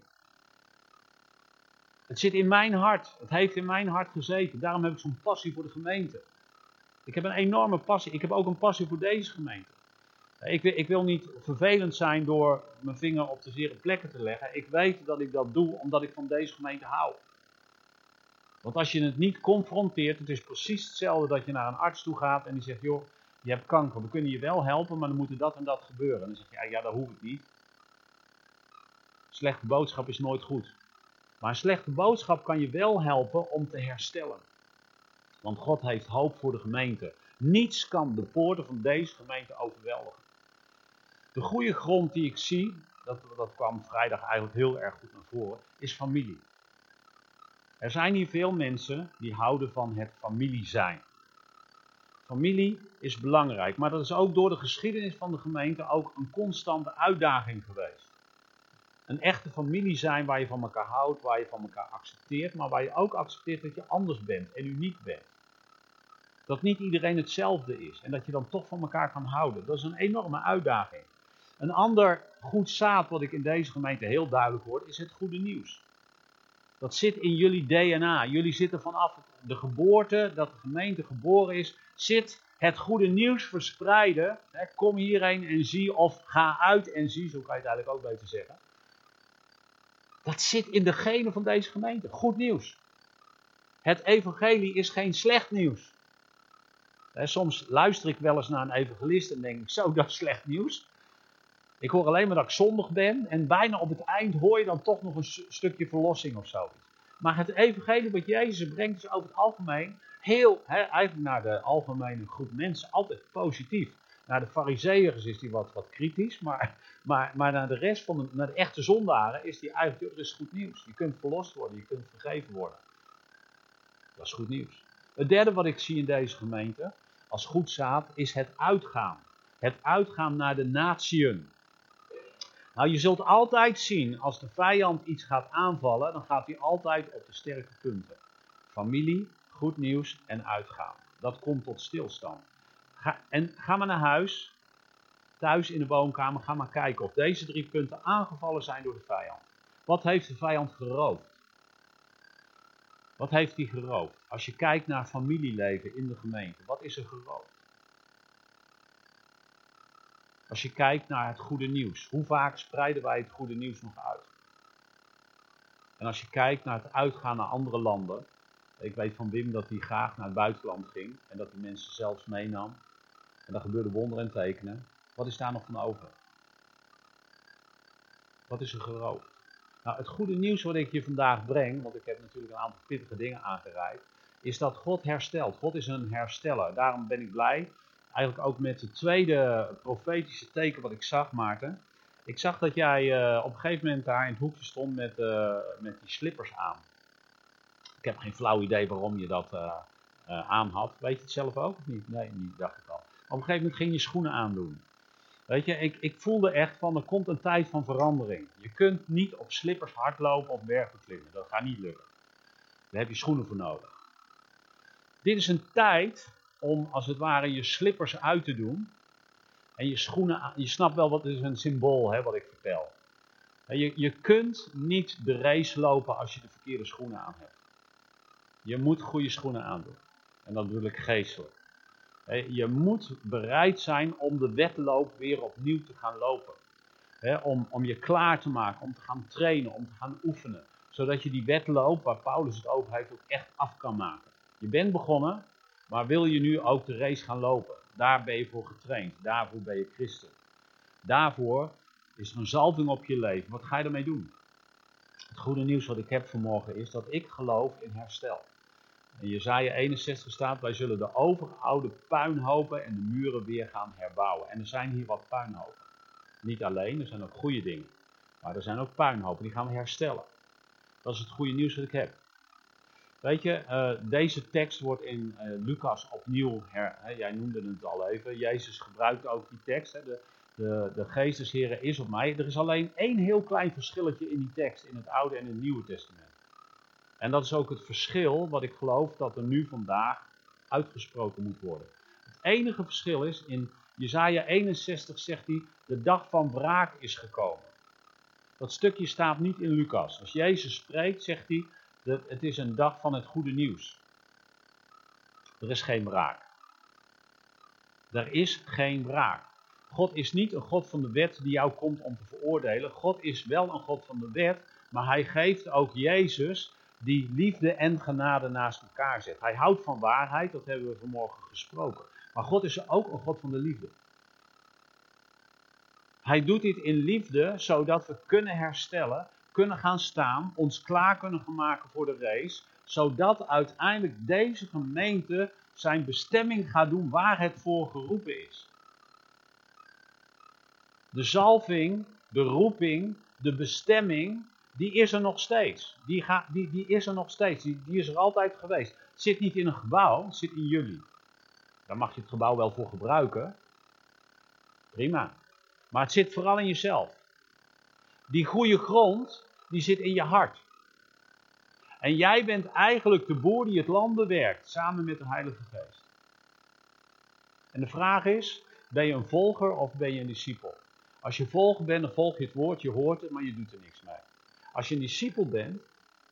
Het zit in mijn hart. Het heeft in mijn hart gezeten. Daarom heb ik zo'n passie voor de gemeente. Ik heb een enorme passie. Ik heb ook een passie voor deze gemeente. Ik wil, ik wil niet vervelend zijn door mijn vinger op de zere plekken te leggen. Ik weet dat ik dat doe omdat ik van deze gemeente hou. Want als je het niet confronteert, het is precies hetzelfde dat je naar een arts toe gaat en die zegt, joh, je hebt kanker, we kunnen je wel helpen, maar dan moet er dat en dat gebeuren. En dan zeg je, ja, ja, dat hoef ik niet. Slechte boodschap is nooit goed. Maar een slechte boodschap kan je wel helpen om te herstellen. Want God heeft hoop voor de gemeente. Niets kan de poorten van deze gemeente overweldigen. De goede grond die ik zie, dat, dat kwam vrijdag eigenlijk heel erg goed naar voren, is familie. Er zijn hier veel mensen die houden van het familie zijn. Familie is belangrijk, maar dat is ook door de geschiedenis van de gemeente ook een constante uitdaging geweest. Een echte familie zijn waar je van elkaar houdt, waar je van elkaar accepteert, maar waar je ook accepteert dat je anders bent en uniek bent. Dat niet iedereen hetzelfde is en dat je dan toch van elkaar kan houden. Dat is een enorme uitdaging. Een ander goed zaad wat ik in deze gemeente heel duidelijk hoor, is het goede nieuws. Dat zit in jullie D N A. Jullie zitten vanaf de geboorte, dat de gemeente geboren is, zit Het goede nieuws verspreiden. Hè, kom hierheen en zie, of ga uit en zie, zo kan je het eigenlijk ook beter zeggen. Dat zit in de genen van deze gemeente. Goed nieuws. Het evangelie is geen slecht nieuws. Hè, soms luister ik wel eens naar een evangelist en denk ik, zo, dat is slecht nieuws. Ik hoor alleen maar dat ik zondig ben en bijna op het eind hoor je dan toch nog een st- stukje verlossing of zoiets. Maar het evangelie wat Jezus brengt is over het algemeen heel, hè, eigenlijk naar de algemene groep mensen, altijd positief. Naar de farizeeërs is die wat, wat kritisch, maar, maar, maar naar de rest van de, naar de echte zondaren is die eigenlijk, dat is goed nieuws. Je kunt verlost worden, je kunt vergeven worden. Dat is goed nieuws. Het derde wat ik zie in deze gemeente, als goed zaad, is het uitgaan. Het uitgaan naar de natieën. Nou, je zult altijd zien, als de vijand iets gaat aanvallen, dan gaat hij altijd op de sterke punten. Familie, goed nieuws en uitgaan. Dat komt tot stilstand. Ga, en ga maar naar huis, thuis in de woonkamer, ga maar kijken of deze drie punten aangevallen zijn door de vijand. Wat heeft de vijand geroofd? Wat heeft hij geroofd? Als je kijkt naar familieleven in de gemeente, wat is er geroofd? Als je kijkt naar het goede nieuws, hoe vaak spreiden wij het goede nieuws nog uit? En als je kijkt naar het uitgaan naar andere landen, ik weet van Wim dat hij graag naar het buitenland ging en dat hij mensen zelfs meenam. En dat gebeurde wonderen en tekenen. Wat is daar nog van over? Wat is er geroofd? Nou, het goede nieuws wat ik je vandaag breng, want ik heb natuurlijk een aantal pittige dingen aangereikt, is dat God herstelt. God is een hersteller. Daarom ben ik blij. Eigenlijk ook met het tweede profetische teken wat ik zag, Maarten. Ik zag dat jij uh, op een gegeven moment daar in het hoekje stond met, uh, met die slippers aan. Ik heb geen flauw idee waarom je dat uh, uh, aan had. Weet je het zelf ook of niet? Nee, niet, dacht ik al. Op een gegeven moment ging je schoenen aandoen. Weet je, ik, ik voelde echt van, er komt een tijd van verandering. Je kunt niet op slippers hardlopen of bergen klimmen. Dat gaat niet lukken. Daar heb je schoenen voor nodig. Dit is een tijd om, als het ware, je slippers uit te doen. En je schoenen, je snapt wel wat is een symbool, hè, wat ik vertel. Je, je kunt niet de race lopen als je de verkeerde schoenen aan hebt. Je moet goede schoenen aandoen. En dat bedoel ik geestelijk. Je moet bereid zijn om de wedloop weer opnieuw te gaan lopen. Om, om je klaar te maken, om te gaan trainen, om te gaan oefenen. Zodat je die wedloop, waar Paulus het over heeft, ook echt af kan maken. Je bent begonnen, maar wil je nu ook de race gaan lopen? Daar ben je voor getraind. Daarvoor ben je christen. Daarvoor is er een zalving op je leven. Wat ga je ermee doen? Het goede nieuws wat ik heb vanmorgen is dat ik geloof in herstel. In Jesaja eenenzestig staat, wij zullen de overoude puinhopen en de muren weer gaan herbouwen. En er zijn hier wat puinhopen. Niet alleen, er zijn ook goede dingen. Maar er zijn ook puinhopen, die gaan we herstellen. Dat is het goede nieuws dat ik heb. Weet je, uh, deze tekst wordt in uh, Lucas opnieuw, her, hè, jij noemde het al even, Jezus gebruikt ook die tekst. Hè, de, de, de geest des Heren is op mij. Er is alleen één heel klein verschilletje in die tekst, in het Oude en het Nieuwe Testament. En dat is ook het verschil wat ik geloof dat er nu vandaag uitgesproken moet worden. Het enige verschil is, in Jesaja eenenzestig zegt hij, de dag van wraak is gekomen. Dat stukje staat niet in Lucas. Als Jezus spreekt, zegt hij, dat het is een dag van het goede nieuws. Er is geen wraak. Er is geen wraak. God is niet een God van de wet die jou komt om te veroordelen. God is wel een God van de wet, maar hij geeft ook Jezus die liefde en genade naast elkaar zet. Hij houdt van waarheid, dat hebben we vanmorgen gesproken. Maar God is ook een God van de liefde. Hij doet dit in liefde, zodat we kunnen herstellen, kunnen gaan staan, ons klaar kunnen gaan maken voor de race, zodat uiteindelijk deze gemeente zijn bestemming gaat doen waar het voor geroepen is. De zalving, de roeping, de bestemming, die is er nog steeds. Die, ga, die, die is er nog steeds. Die, die is er altijd geweest. Het zit niet in een gebouw, het zit in jullie. Daar mag je het gebouw wel voor gebruiken. Prima. Maar het zit vooral in jezelf. Die goede grond, die zit in je hart. En jij bent eigenlijk de boer die het land bewerkt, samen met de Heilige Geest. En de vraag is, ben je een volger of ben je een discipel? Als je volger bent, dan volg je het woord, je hoort het, maar je doet er niks mee. Als je een discipel bent,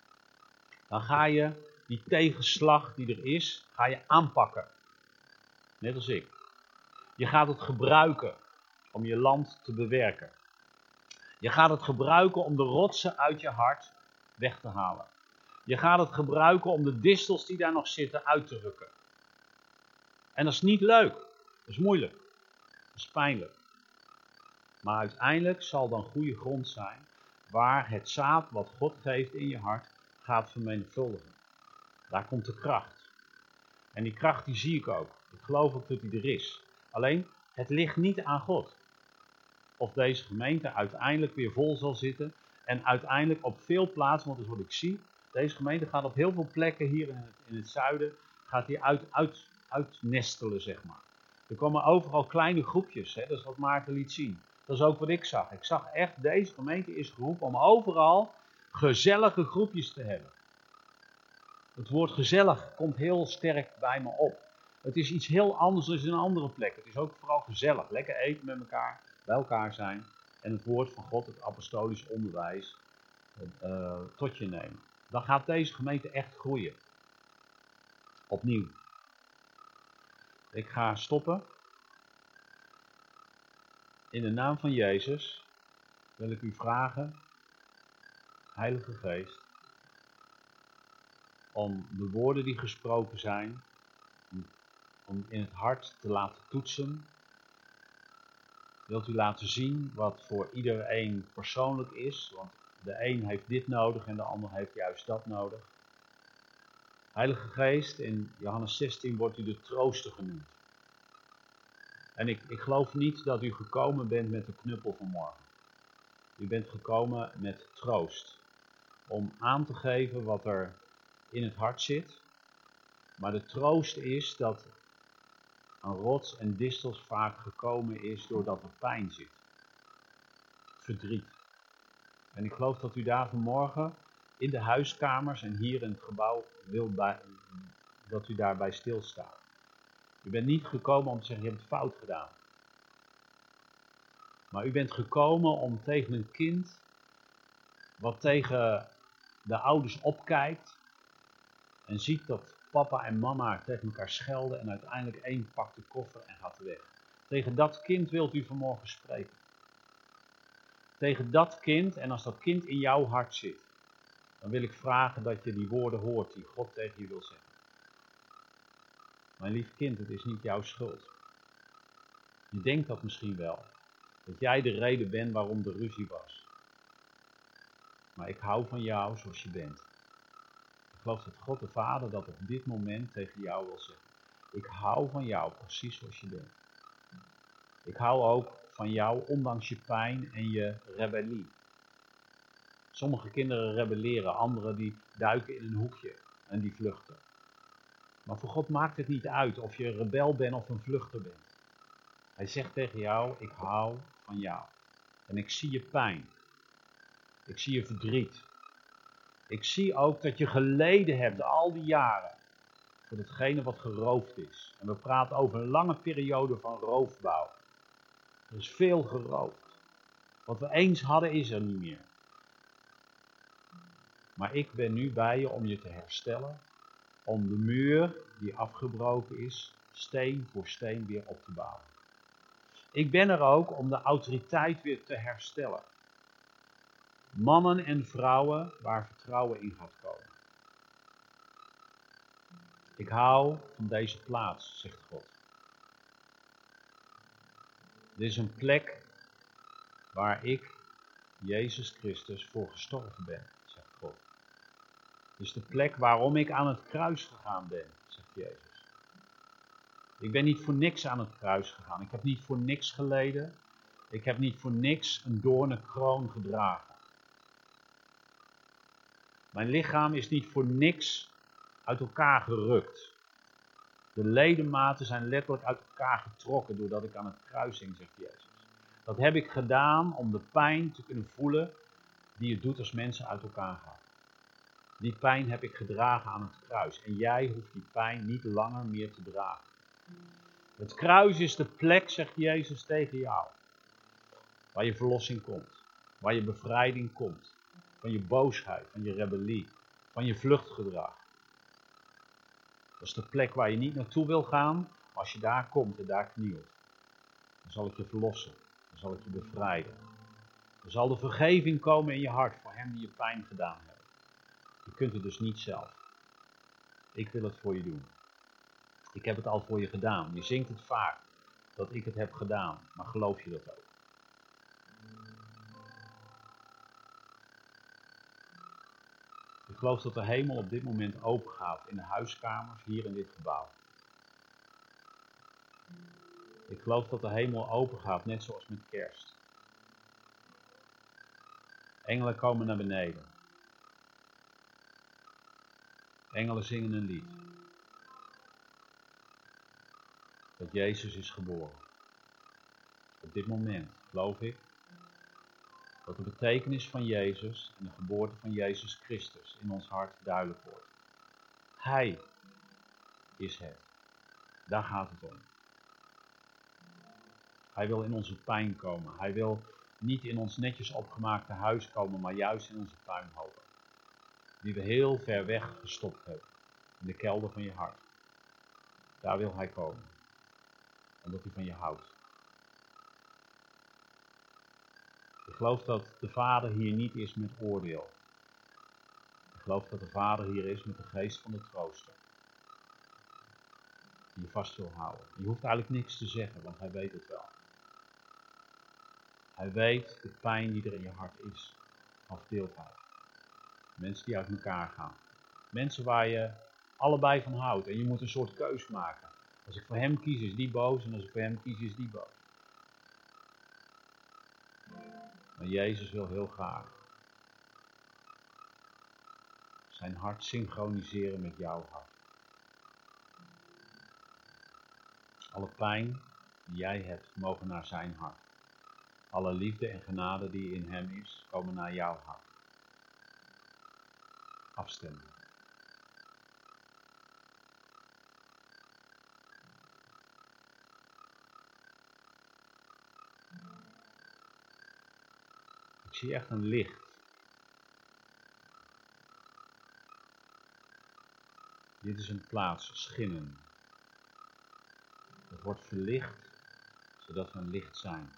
dan ga je die tegenslag die er is, ga je aanpakken. Net als ik. Je gaat het gebruiken om je land te bewerken. Je gaat het gebruiken om de rotsen uit je hart weg te halen. Je gaat het gebruiken om de distels die daar nog zitten uit te rukken. En dat is niet leuk. Dat is moeilijk. Dat is pijnlijk. Maar uiteindelijk zal dan goede grond zijn waar het zaad wat God geeft in je hart gaat vermenigvuldigen. Daar komt de kracht. En die kracht die zie ik ook. Ik geloof ook dat die er is. Alleen, het ligt niet aan God. Of deze gemeente uiteindelijk weer vol zal zitten. En uiteindelijk op veel plaatsen, want dat is wat ik zie. Deze gemeente gaat op heel veel plekken hier in het, in het zuiden, gaat die uit, uit, uitnestelen, zeg maar. Er komen overal kleine groepjes, hè? Dat is wat Maarten liet zien. Dat is ook wat ik zag. Ik zag echt, deze gemeente is geroepen om overal gezellige groepjes te hebben. Het woord gezellig komt heel sterk bij me op. Het is iets heel anders dan in een andere plek. Het is ook vooral gezellig. Lekker eten met elkaar, bij elkaar zijn. En het woord van God, het apostolisch onderwijs, uh, tot je nemen. Dan gaat deze gemeente echt groeien. Opnieuw. Ik ga stoppen. In de naam van Jezus wil ik u vragen, Heilige Geest, om de woorden die gesproken zijn, om in het hart te laten toetsen. Wilt u laten zien wat voor iedereen persoonlijk is, want de een heeft dit nodig en de ander heeft juist dat nodig. Heilige Geest, in Johannes zestien wordt u de trooster genoemd. En ik, ik geloof niet dat u gekomen bent met de knuppel van morgen. U bent gekomen met troost. Om aan te geven wat er in het hart zit. Maar de troost is dat aan rots en distels vaak gekomen is doordat er pijn zit. Verdriet. En ik geloof dat u daar vanmorgen in de huiskamers en hier in het gebouw wil bij, dat u daarbij stilstaat. U bent niet gekomen om te zeggen, je hebt het fout gedaan. Maar u bent gekomen om tegen een kind, wat tegen de ouders opkijkt en ziet dat papa en mama tegen elkaar schelden en uiteindelijk één pakt de koffer en gaat weg. Tegen dat kind wilt u vanmorgen spreken. Tegen dat kind, en als dat kind in jouw hart zit, dan wil ik vragen dat je die woorden hoort die God tegen je wil zeggen. Mijn lief kind, het is niet jouw schuld. Je denkt dat misschien wel. Dat jij de reden bent waarom de ruzie was. Maar ik hou van jou zoals je bent. Ik geloof dat God de Vader dat op dit moment tegen jou wil zeggen. Ik hou van jou precies zoals je bent. Ik hou ook van jou ondanks je pijn en je rebellie. Sommige kinderen rebelleren, anderen die duiken in een hoekje en die vluchten. Maar voor God maakt het niet uit of je een rebel bent of een vluchter bent. Hij zegt tegen jou, ik hou van jou. En ik zie je pijn. Ik zie je verdriet. Ik zie ook dat je geleden hebt al die jaren voor hetgene wat geroofd is. En we praten over een lange periode van roofbouw. Er is veel geroofd. Wat we eens hadden is er niet meer. Maar ik ben nu bij je om je te herstellen. Om de muur die afgebroken is, steen voor steen weer op te bouwen. Ik ben er ook om de autoriteit weer te herstellen. Mannen en vrouwen waar vertrouwen in gaat komen. Ik hou van deze plaats, zegt God. Dit is een plek waar ik, Jezus Christus, voor gestorven ben, zegt God. Dit is de plek waarom ik aan het kruis gegaan ben, zegt Jezus. Ik ben niet voor niks aan het kruis gegaan. Ik heb niet voor niks geleden. Ik heb niet voor niks een doornenkroon gedragen. Mijn lichaam is niet voor niks uit elkaar gerukt. De ledematen zijn letterlijk uit elkaar getrokken doordat ik aan het kruis hing, zegt Jezus. Dat heb ik gedaan om de pijn te kunnen voelen die het doet als mensen uit elkaar gaan. Die pijn heb ik gedragen aan het kruis. En jij hoeft die pijn niet langer meer te dragen. Het kruis is de plek, zegt Jezus tegen jou, waar je verlossing komt. Waar je bevrijding komt. Van je boosheid, van je rebellie, van je vluchtgedrag. Dat is de plek waar je niet naartoe wil gaan Als je daar komt en daar knielt, dan zal ik je verlossen. Dan zal ik je bevrijden. Er zal de vergeving komen in je hart voor hen die je pijn gedaan hebben. Je kunt het dus niet zelf. Ik wil het voor je doen. Ik heb het al voor je gedaan. Je zingt het vaak, dat ik het heb gedaan. Maar geloof je dat ook? Ik geloof dat de hemel op dit moment open gaat in de huiskamers hier in dit gebouw. Ik geloof dat de hemel open gaat, net zoals met kerst. Engelen komen naar beneden. Engelen zingen een lied. Dat Jezus is geboren. Op dit moment geloof ik dat de betekenis van Jezus en de geboorte van Jezus Christus in ons hart duidelijk wordt. Hij is het. Daar gaat het om. Hij wil in onze pijn komen. Hij wil niet in ons netjes opgemaakte huis komen, maar juist in onze puinhopen. Die we heel ver weg gestopt hebben. In de kelder van je hart. Daar wil hij komen. Omdat hij van je houdt. Ik geloof dat de Vader hier niet is met oordeel. Ik geloof dat de Vader hier is met de geest van de trooster. Die je vast wil houden. Je hoeft eigenlijk niks te zeggen, want hij weet het wel. Hij weet de pijn die er in je hart is. Afdeeldheid. Mensen die uit elkaar gaan. Mensen waar je allebei van houdt. En je moet een soort keus maken. Als ik voor hem kies is die boos. En als ik voor hem kies is die boos. Maar Jezus wil heel graag zijn hart synchroniseren met jouw hart. Alle pijn die jij hebt, mogen naar zijn hart. Alle liefde en genade die in hem is, komen naar jouw hart. Afstemmen. Ik zie echt een licht. Dit is een plaats, Schinnen. Het wordt verlicht, zodat we een licht zijn.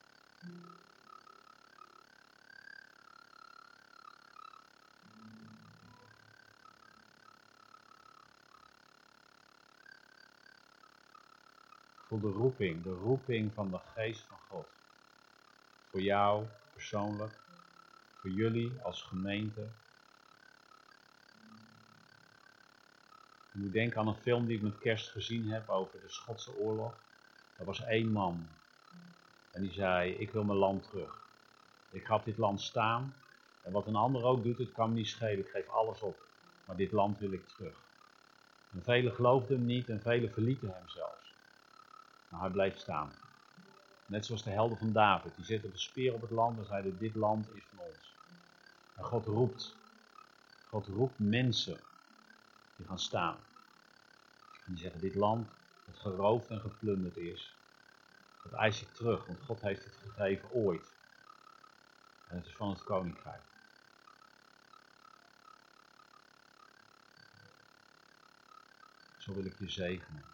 Ik voel de roeping, de roeping van de geest van God. Voor jou persoonlijk, voor jullie als gemeente. Ik moet denken aan een film die ik met kerst gezien heb over de Schotse oorlog. Er was één man en die zei, ik wil mijn land terug. Ik ga op dit land staan en wat een ander ook doet, het kan me niet schelen, ik geef alles op. Maar dit land wil ik terug. En velen geloofden hem niet en velen verlieten hem zelfs. Maar hij bleef staan. Net zoals de helden van David, die zetten de speer op het land en zeiden, dit land is van ons. En God roept, God roept mensen die gaan staan. En die zeggen, dit land dat geroofd en geplunderd is, dat eis ik terug, want God heeft het gegeven ooit. En het is van het koninkrijk. Zo wil ik je zegenen.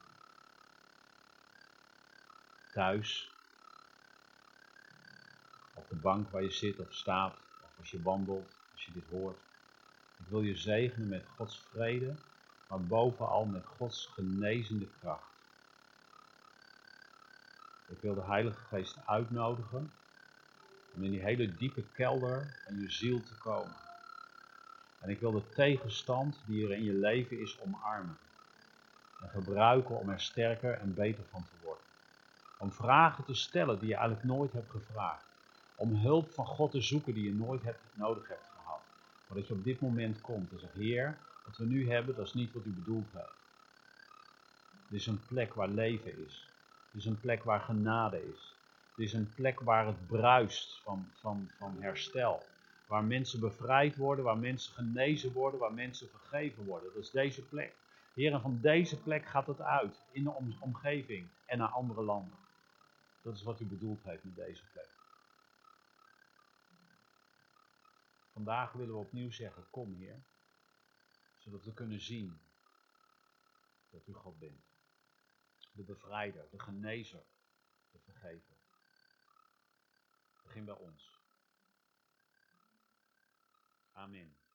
Thuis, op de bank waar je zit of staat, of als je wandelt, als je dit hoort. Ik wil je zegenen met Gods vrede, maar bovenal met Gods genezende kracht. Ik wil de Heilige Geest uitnodigen om in die hele diepe kelder van je ziel te komen. En ik wil de tegenstand die er in je leven is omarmen. En gebruiken om er sterker en beter van te worden. Om vragen te stellen die je eigenlijk nooit hebt gevraagd. Om hulp van God te zoeken die je nooit hebt, nodig hebt gehad. Maar dat je op dit moment komt en zegt, Heer, wat we nu hebben, dat is niet wat u bedoeld heeft. Dit is een plek waar leven is. Dit is een plek waar genade is. Dit is een plek waar het bruist van, van, van herstel. Waar mensen bevrijd worden, waar mensen genezen worden, waar mensen vergeven worden. Dat is deze plek. Heer, en van deze plek gaat het uit in de om, omgeving en naar andere landen. Dat is wat u bedoeld heeft met deze plek. Vandaag willen we opnieuw zeggen, kom Heer. Zodat we kunnen zien dat u God bent. de bevrijder, de genezer te vergeven. Begin bij ons. Amen.